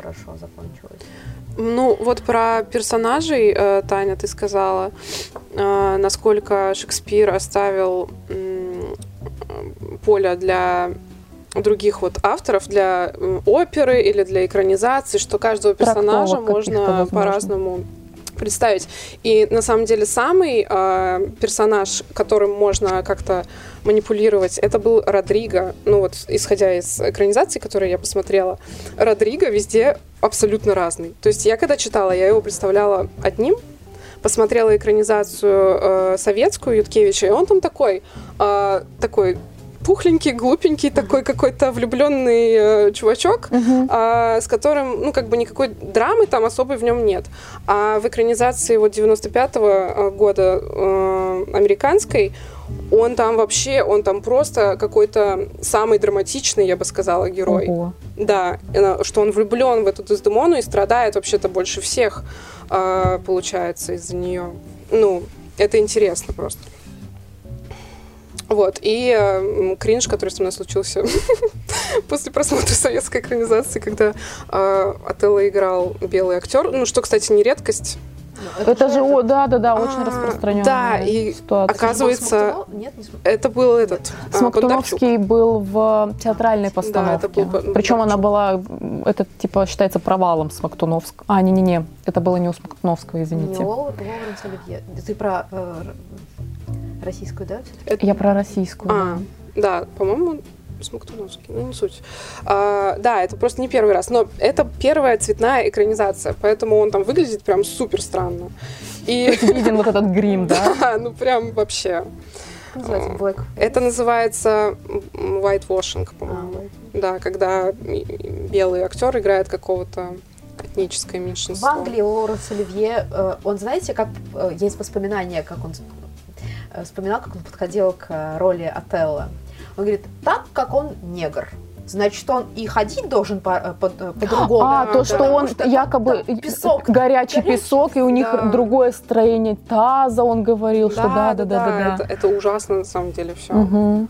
хорошо закончилось. Ну, вот про персонажей, э, Таня, ты сказала, э, насколько Шекспир оставил э, поле для других вот авторов, для э, оперы или для экранизации, что каждого персонажа можно по-разному представить. И на самом деле самый э, персонаж, которым можно как-то манипулировать, это был Родриго. Ну вот, исходя из экранизации, которую я посмотрела, Родриго везде абсолютно разный. То есть я когда читала, я его представляла одним, посмотрела экранизацию э, советскую Юткевича, и он там такой, э, такой пухленький, глупенький, uh-huh. такой какой-то влюбленный э, чувачок, uh-huh. э, с которым, ну, как бы никакой драмы там особой в нем нет. А в экранизации вот девяносто пятого года э, американской он там вообще, он там просто какой-то самый драматичный, я бы сказала, герой. Ого. Да, что он влюблен в эту Дездемону и страдает вообще-то больше всех, э, получается, из-за нее. Ну, это интересно просто. Вот, и э, кринж, который со мной случился после просмотра советской экранизации, когда э, Отелло играл белый актер, ну, что, кстати, не редкость. Это, это же, о, да, да, да, очень а, распространенная да, и ситуация. Оказывается, Нет, не это был этот Смоктуновский был в театральной постановке. Да, это был Причем она была, это типа считается провалом Смоктуновского. А, не-не-не, это было не у Смоктуновского, извините. Не, Лоуренс Оливье. Ты про э, российскую, да? Это... Я про российскую. А, да, да, по-моему, Смоктуновский, ну не суть. А, да, это просто не первый раз, но это первая цветная экранизация, поэтому он там выглядит прям супер странно. И виден вот этот грим, да? Да, ну прям вообще. Называется black. Это называется whitewashing, по-моему. А, да, когда белый актер играет какого-то этническое меньшинство. В Англии Лоуренс Оливье, он, знаете, как есть воспоминания, как он вспоминал, как он подходил к роли Отелло. Он говорит, так как он негр, значит, он и ходить должен по- по- по-другому. А, да, то, да, что он что якобы песок, горячий, горячий песок, и у них да. другое строение таза, он говорил, да, что да, да, да, да. да, да. Это, это ужасно, на самом деле, все. Угу.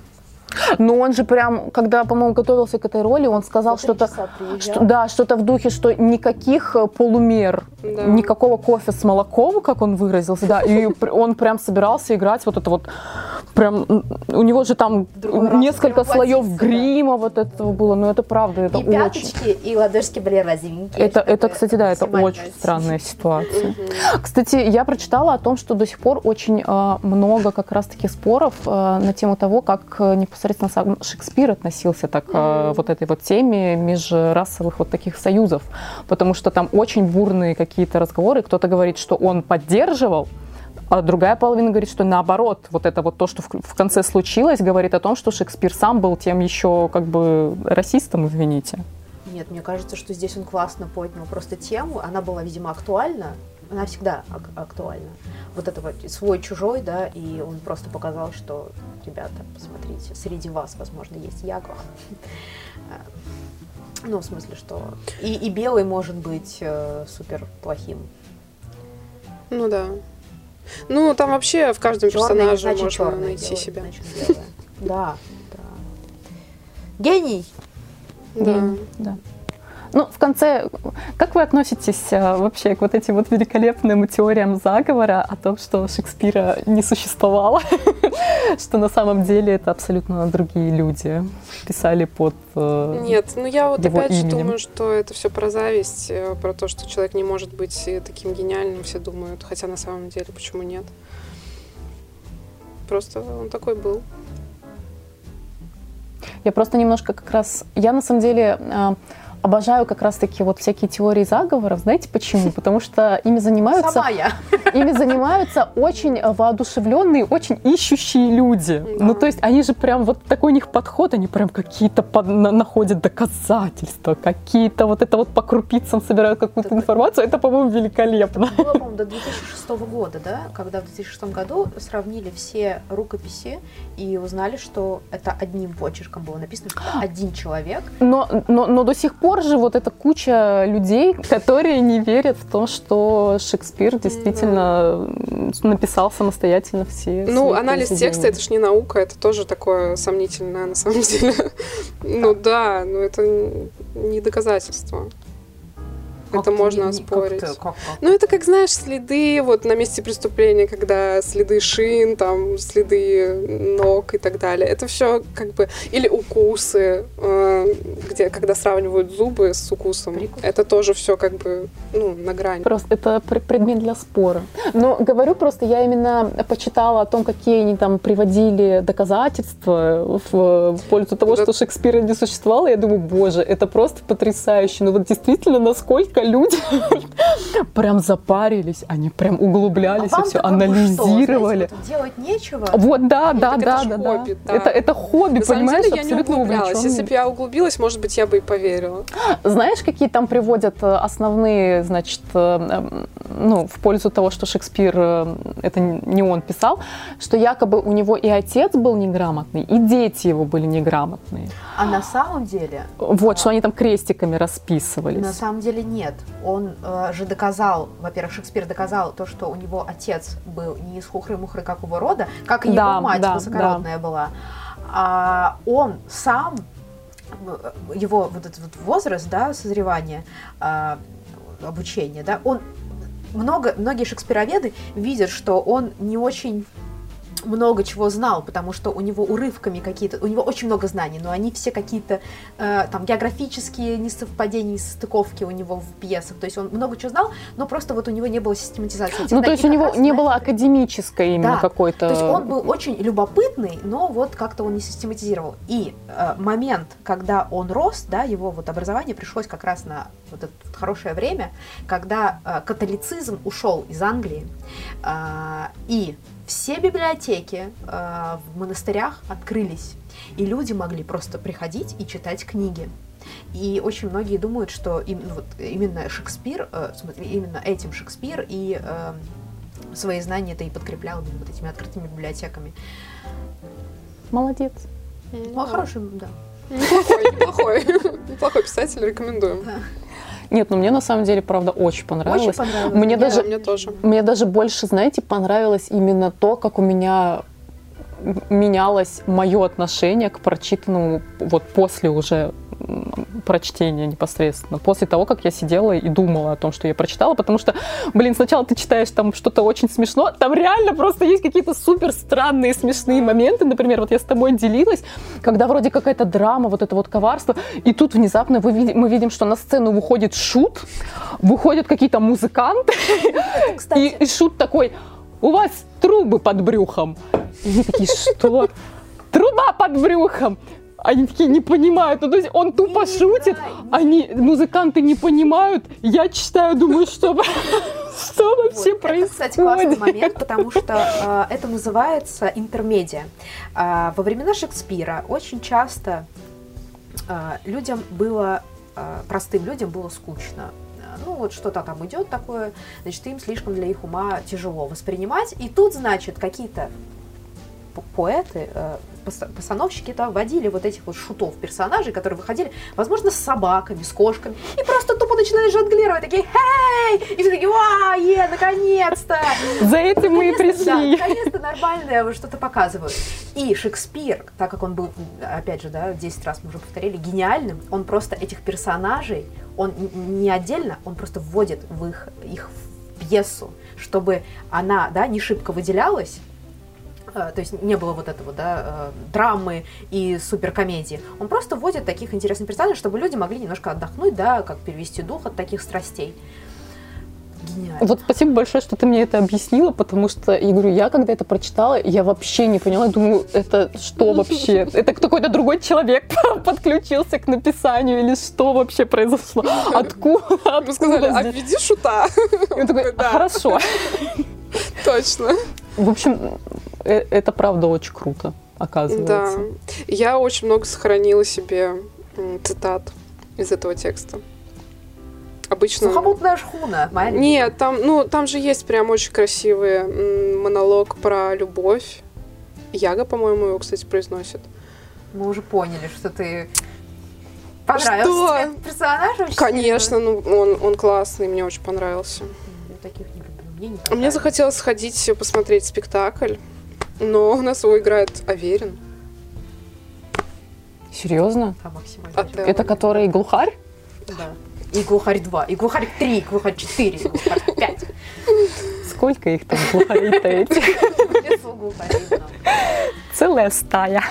Но он же прям, когда, по-моему, готовился к этой роли, он сказал что-то, что, да, что-то в духе, что никаких полумер, да. никакого кофе с молоком, как он выразился, да, и он прям собирался играть вот это вот, прям, у него же там несколько слоев грима вот этого было, но это правда, это и очень... пяточки, и ладошки были розовенькие. Это, это, кстати, да, это очень странная ситуация. Кстати, я прочитала о том, что до сих пор очень э, много как раз-таки споров э, на тему того, как непосредственно сам Шекспир относился так к mm-hmm. вот этой вот теме межрасовых вот таких союзов, потому что там очень бурные какие-то разговоры, кто-то говорит, что он поддерживал, а другая половина говорит, что наоборот, вот это вот то, что в конце случилось, говорит о том, что Шекспир сам был тем еще как бы расистом, извините. Нет, мне кажется, что здесь он классно поднял просто тему, она была, видимо, актуальна, она всегда ак- актуальна. Вот это вот свой-чужой, да, и он просто показал, что, ребята, посмотрите, среди вас, возможно, есть Яков. Ну, в смысле, что и, и белый может быть э, супер плохим. Ну да. Ну, там вообще в каждом Черный, персонаже значит, можно черный, найти белый, себя. Значит, белое. Да, да. Гений! Да. Гений, да. Ну, в конце, как вы относитесь а, вообще к вот этим вот великолепным теориям заговора о том, что Шекспира не существовало, что на самом деле это абсолютно другие люди писали под э, Нет, ну я вот его опять же именем. думаю, что это все про зависть, про то, что человек не может быть таким гениальным, все думают, хотя на самом деле почему нет? Просто он такой был. Я просто немножко как раз, я на самом деле э, обожаю как раз-таки вот всякие теории заговоров. Знаете почему? Потому что ими занимаются, Сама я. ими занимаются очень воодушевленные, очень ищущие люди. Да. Ну, то есть они же прям, вот такой у них подход, они прям какие-то под, на, находят доказательства, какие-то вот это вот по крупицам собирают какую-то Так, информацию. Это, по-моему, великолепно. Это было, по-моему, до две тысячи шестого года, да? Когда в две тысячи шестом году сравнили все рукописи и узнали, что это одним почерком было написано, что это один человек. Но, но, но до сих пор же вот эта куча людей, которые не верят в то, что Шекспир действительно да. написал самостоятельно все. Ну, анализ текста — это ж не наука, это тоже такое сомнительное на самом деле. Ну да, но это не доказательство. это можно оспорить. Ну, это как, знаешь, следы вот на месте преступления, когда следы шин, там, следы ног и так далее. Это все как бы... Или укусы, где, когда сравнивают зубы с укусом. Прикус. Это тоже все как бы, ну, на грани. Просто это предмет для спора. Но говорю просто, я именно почитала о том, какие они там приводили доказательства в пользу того, что Шекспира не существовало. Я думаю, боже, это просто потрясающе. Ну вот действительно, насколько люди прям запарились, они прям углублялись и все анализировали. Что, знаете, вот делать нечего. Вот, да, да, так да, это да, да. Хобби, да. Это, это хобби, на понимаешь, деле, абсолютно увлеченный. Если бы я углубилась, может быть, я бы и поверила. Знаешь, какие там приводят основные, значит, ну, в пользу того, что Шекспир, это не он писал, что якобы у него и отец был неграмотный, и дети его были неграмотные. А на самом деле... Вот, а... что они там крестиками расписывались. На самом деле нет. Он э, же доказал, во-первых, Шекспир доказал то, что у него отец был не из хухры-мухры какого рода, как и его да, мать да, высокородная да. была. А он сам, его вот этот вот возраст, да, созревания, э, обучения, да, он много, многие шекспироведы видят, что он не очень много чего знал, потому что у него урывками какие-то, у него очень много знаний, но они все какие-то э, там географические несовпадения, несостыковки у него в пьесах, то есть он много чего знал, но просто вот у него не было систематизации. Ну, то есть у него раз, не знаете, было академической именно да, какой-то... то есть он был очень любопытный, но вот как-то он не систематизировал. И э, момент, когда он рос, да, его вот образование пришлось как раз на вот это вот хорошее время, когда э, католицизм ушел из Англии, э, и все библиотеки э, в монастырях открылись, и люди могли просто приходить и читать книги. И очень многие думают, что им, вот, именно Шекспир, э, смотри, именно этим Шекспир и э, свои знания-то и подкреплял именно вот этими открытыми библиотеками. Молодец. Ну, а хороший, да. Неплохой, неплохой. Неплохой писатель, рекомендуем. Нет, ну мне на самом деле, правда, очень понравилось. Очень понравилось. Мне, да, даже, мне тоже. Мне даже больше, знаете, понравилось именно то, как у меня менялось мое отношение к прочитанному вот после уже прочтения непосредственно, после того, как я сидела и думала о том, что я прочитала, потому что, блин, сначала ты читаешь там что-то очень смешно, там реально просто есть какие-то супер странные смешные моменты, например, вот я с тобой делилась, когда вроде какая-то драма, вот это вот коварство, и тут внезапно мы видим, мы видим, что на сцену выходит Шут, выходят какие-то музыканты, и, и Шут такой: у вас трубы под брюхом. И они такие: что? Труба под брюхом! Они такие не понимают. Ну, то есть он тупо не шутит, играй, они, музыканты не понимают. Я читаю, думаю, что, что вообще вот, происходит. Это, кстати, классный момент, потому что э, это называется интермедиа. Э, во времена Шекспира очень часто э, людям было, э, простым людям было скучно. Ну, вот что-то там идет такое, значит, им слишком для их ума тяжело воспринимать. И тут, значит, какие-то поэты, постановщики-то вводили вот этих вот шутов, персонажей, которые выходили, возможно, с собаками, с кошками, и просто тупо начинали жонглировать, такие: «Хей!» И все такие: «Ва, е, наконец-то!» За этим мы и пришли. Да, наконец-то нормальное что-то показывают. И Шекспир, так как он был, опять же, да, десять раз мы уже повторили, гениальным, он просто этих персонажей, он не отдельно, он просто вводит в их, их в пьесу, чтобы она, да, не шибко выделялась, то есть не было вот этого, да, драмы и суперкомедии. Он просто вводит таких интересных персонажей, чтобы люди могли немножко отдохнуть, да, как перевести дух от таких страстей. Гениально. Вот спасибо большое, что ты мне это объяснила, потому что, я говорю, я когда это прочитала, я вообще не поняла, думаю, это что вообще? Это какой-то другой человек подключился к написанию или что вообще произошло? Откуда? Мы сказали: а введи Шута. И он такой: хорошо. Точно. В общем, это правда очень круто, оказывается. Да. Я очень много сохранила себе цитат из этого текста. Обычно... Сухопутная шхуна. Нет, там, ну, там же есть прям очень красивый монолог про любовь. Яга, по-моему, его, кстати, произносит. Мы уже поняли, что ты понравился тебе персонаж. Конечно, ну, он, он классный, мне очень понравился. Я таких не люблю. Мне, не мне захотелось сходить посмотреть спектакль, но у нас его играет Аверин. Серьезно? А, Максим, Отелло. Это который глухарь? Да. и глухарь два, и глухарь три, и глухарь четыре, и глухарь пять. Сколько их там глухарей-то этих? В лесу глухарей много. Целая стая.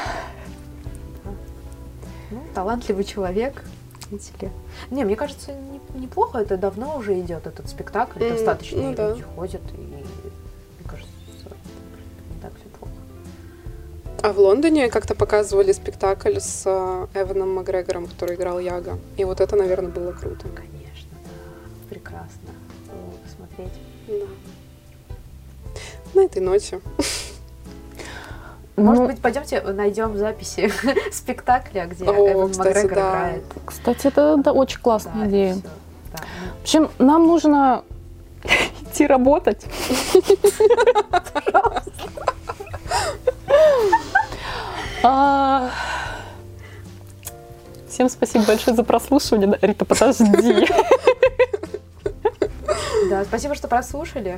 Ну, талантливый человек, видите ли. Не, мне кажется, не- неплохо, это давно уже идет этот спектакль, М, достаточно ну да. люди ходят, и мне кажется, не так все плохо. А в Лондоне как-то показывали спектакль с э, Эваном Макгрегором, который играл Яга. И вот это, наверное, было круто. Конечно, да, прекрасно было посмотреть. Да. На этой ноте. Может Ну, быть, пойдемте найдем записи спектакля, где О, Эван кстати, Макгрегор да. играет. кстати, это да, очень классная Да, идея. и всё. Да, ну, В общем, нам нужно идти работать. А, Всем спасибо большое за прослушивание. Да, Рита, подожди. да, спасибо, что прослушали.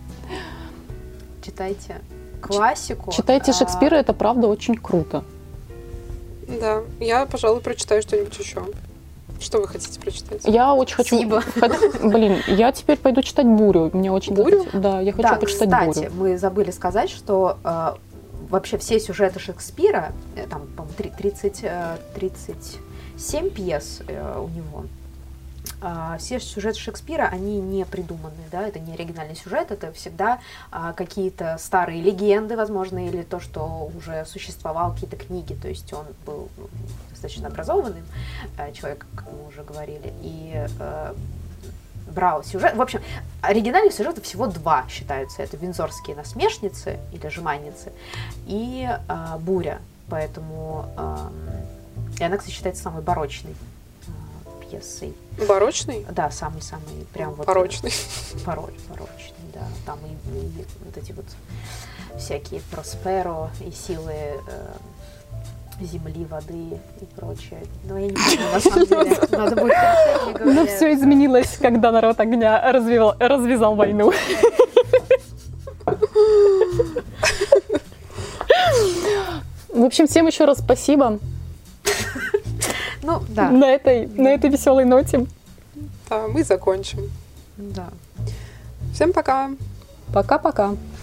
Читайте классику. Читайте А, Шекспира, это правда очень круто. Да, я, пожалуй, прочитаю что-нибудь еще. Что вы хотите прочитать? Я очень хочу... Спасибо. хот- Блин, я теперь пойду читать «Бурю». Мне очень... «Бурю»? захотелось- Да, я хочу Да, почитать кстати, «Бурю». мы забыли сказать, что э, вообще все сюжеты Шекспира, э, там, по-моему, три- тридцать, э, тридцать семь пьес э, у него, а, все сюжеты Шекспира, они не придуманные, да, это не оригинальный сюжет, это всегда а, какие-то старые легенды, возможно, или то, что уже существовало, какие-то книги, то есть он был ну, достаточно образованным э, человеком, как мы уже говорили, и э, брал сюжет. В общем, оригинальных сюжетов всего два считаются. Это «Виндзорские насмешницы» или «Жеманницы» и э, «Буря». Поэтому э, и она, кстати, считается самой барочной э, пьесой. Барочный? Да, самый-самый прям вот... Порочный. Порой, порочный, да. Там и, и вот эти вот всякие просперо и силы э, земли, воды и прочее. Но я не помню, на самом деле. Надо будет конкретнее Но говорить. все изменилось, когда народ огня развивал- развязал войну. В общем, всем еще раз спасибо Ну, да, на этой, на этой веселой ноте. Да, мы закончим. да. Всем пока! Пока-пока.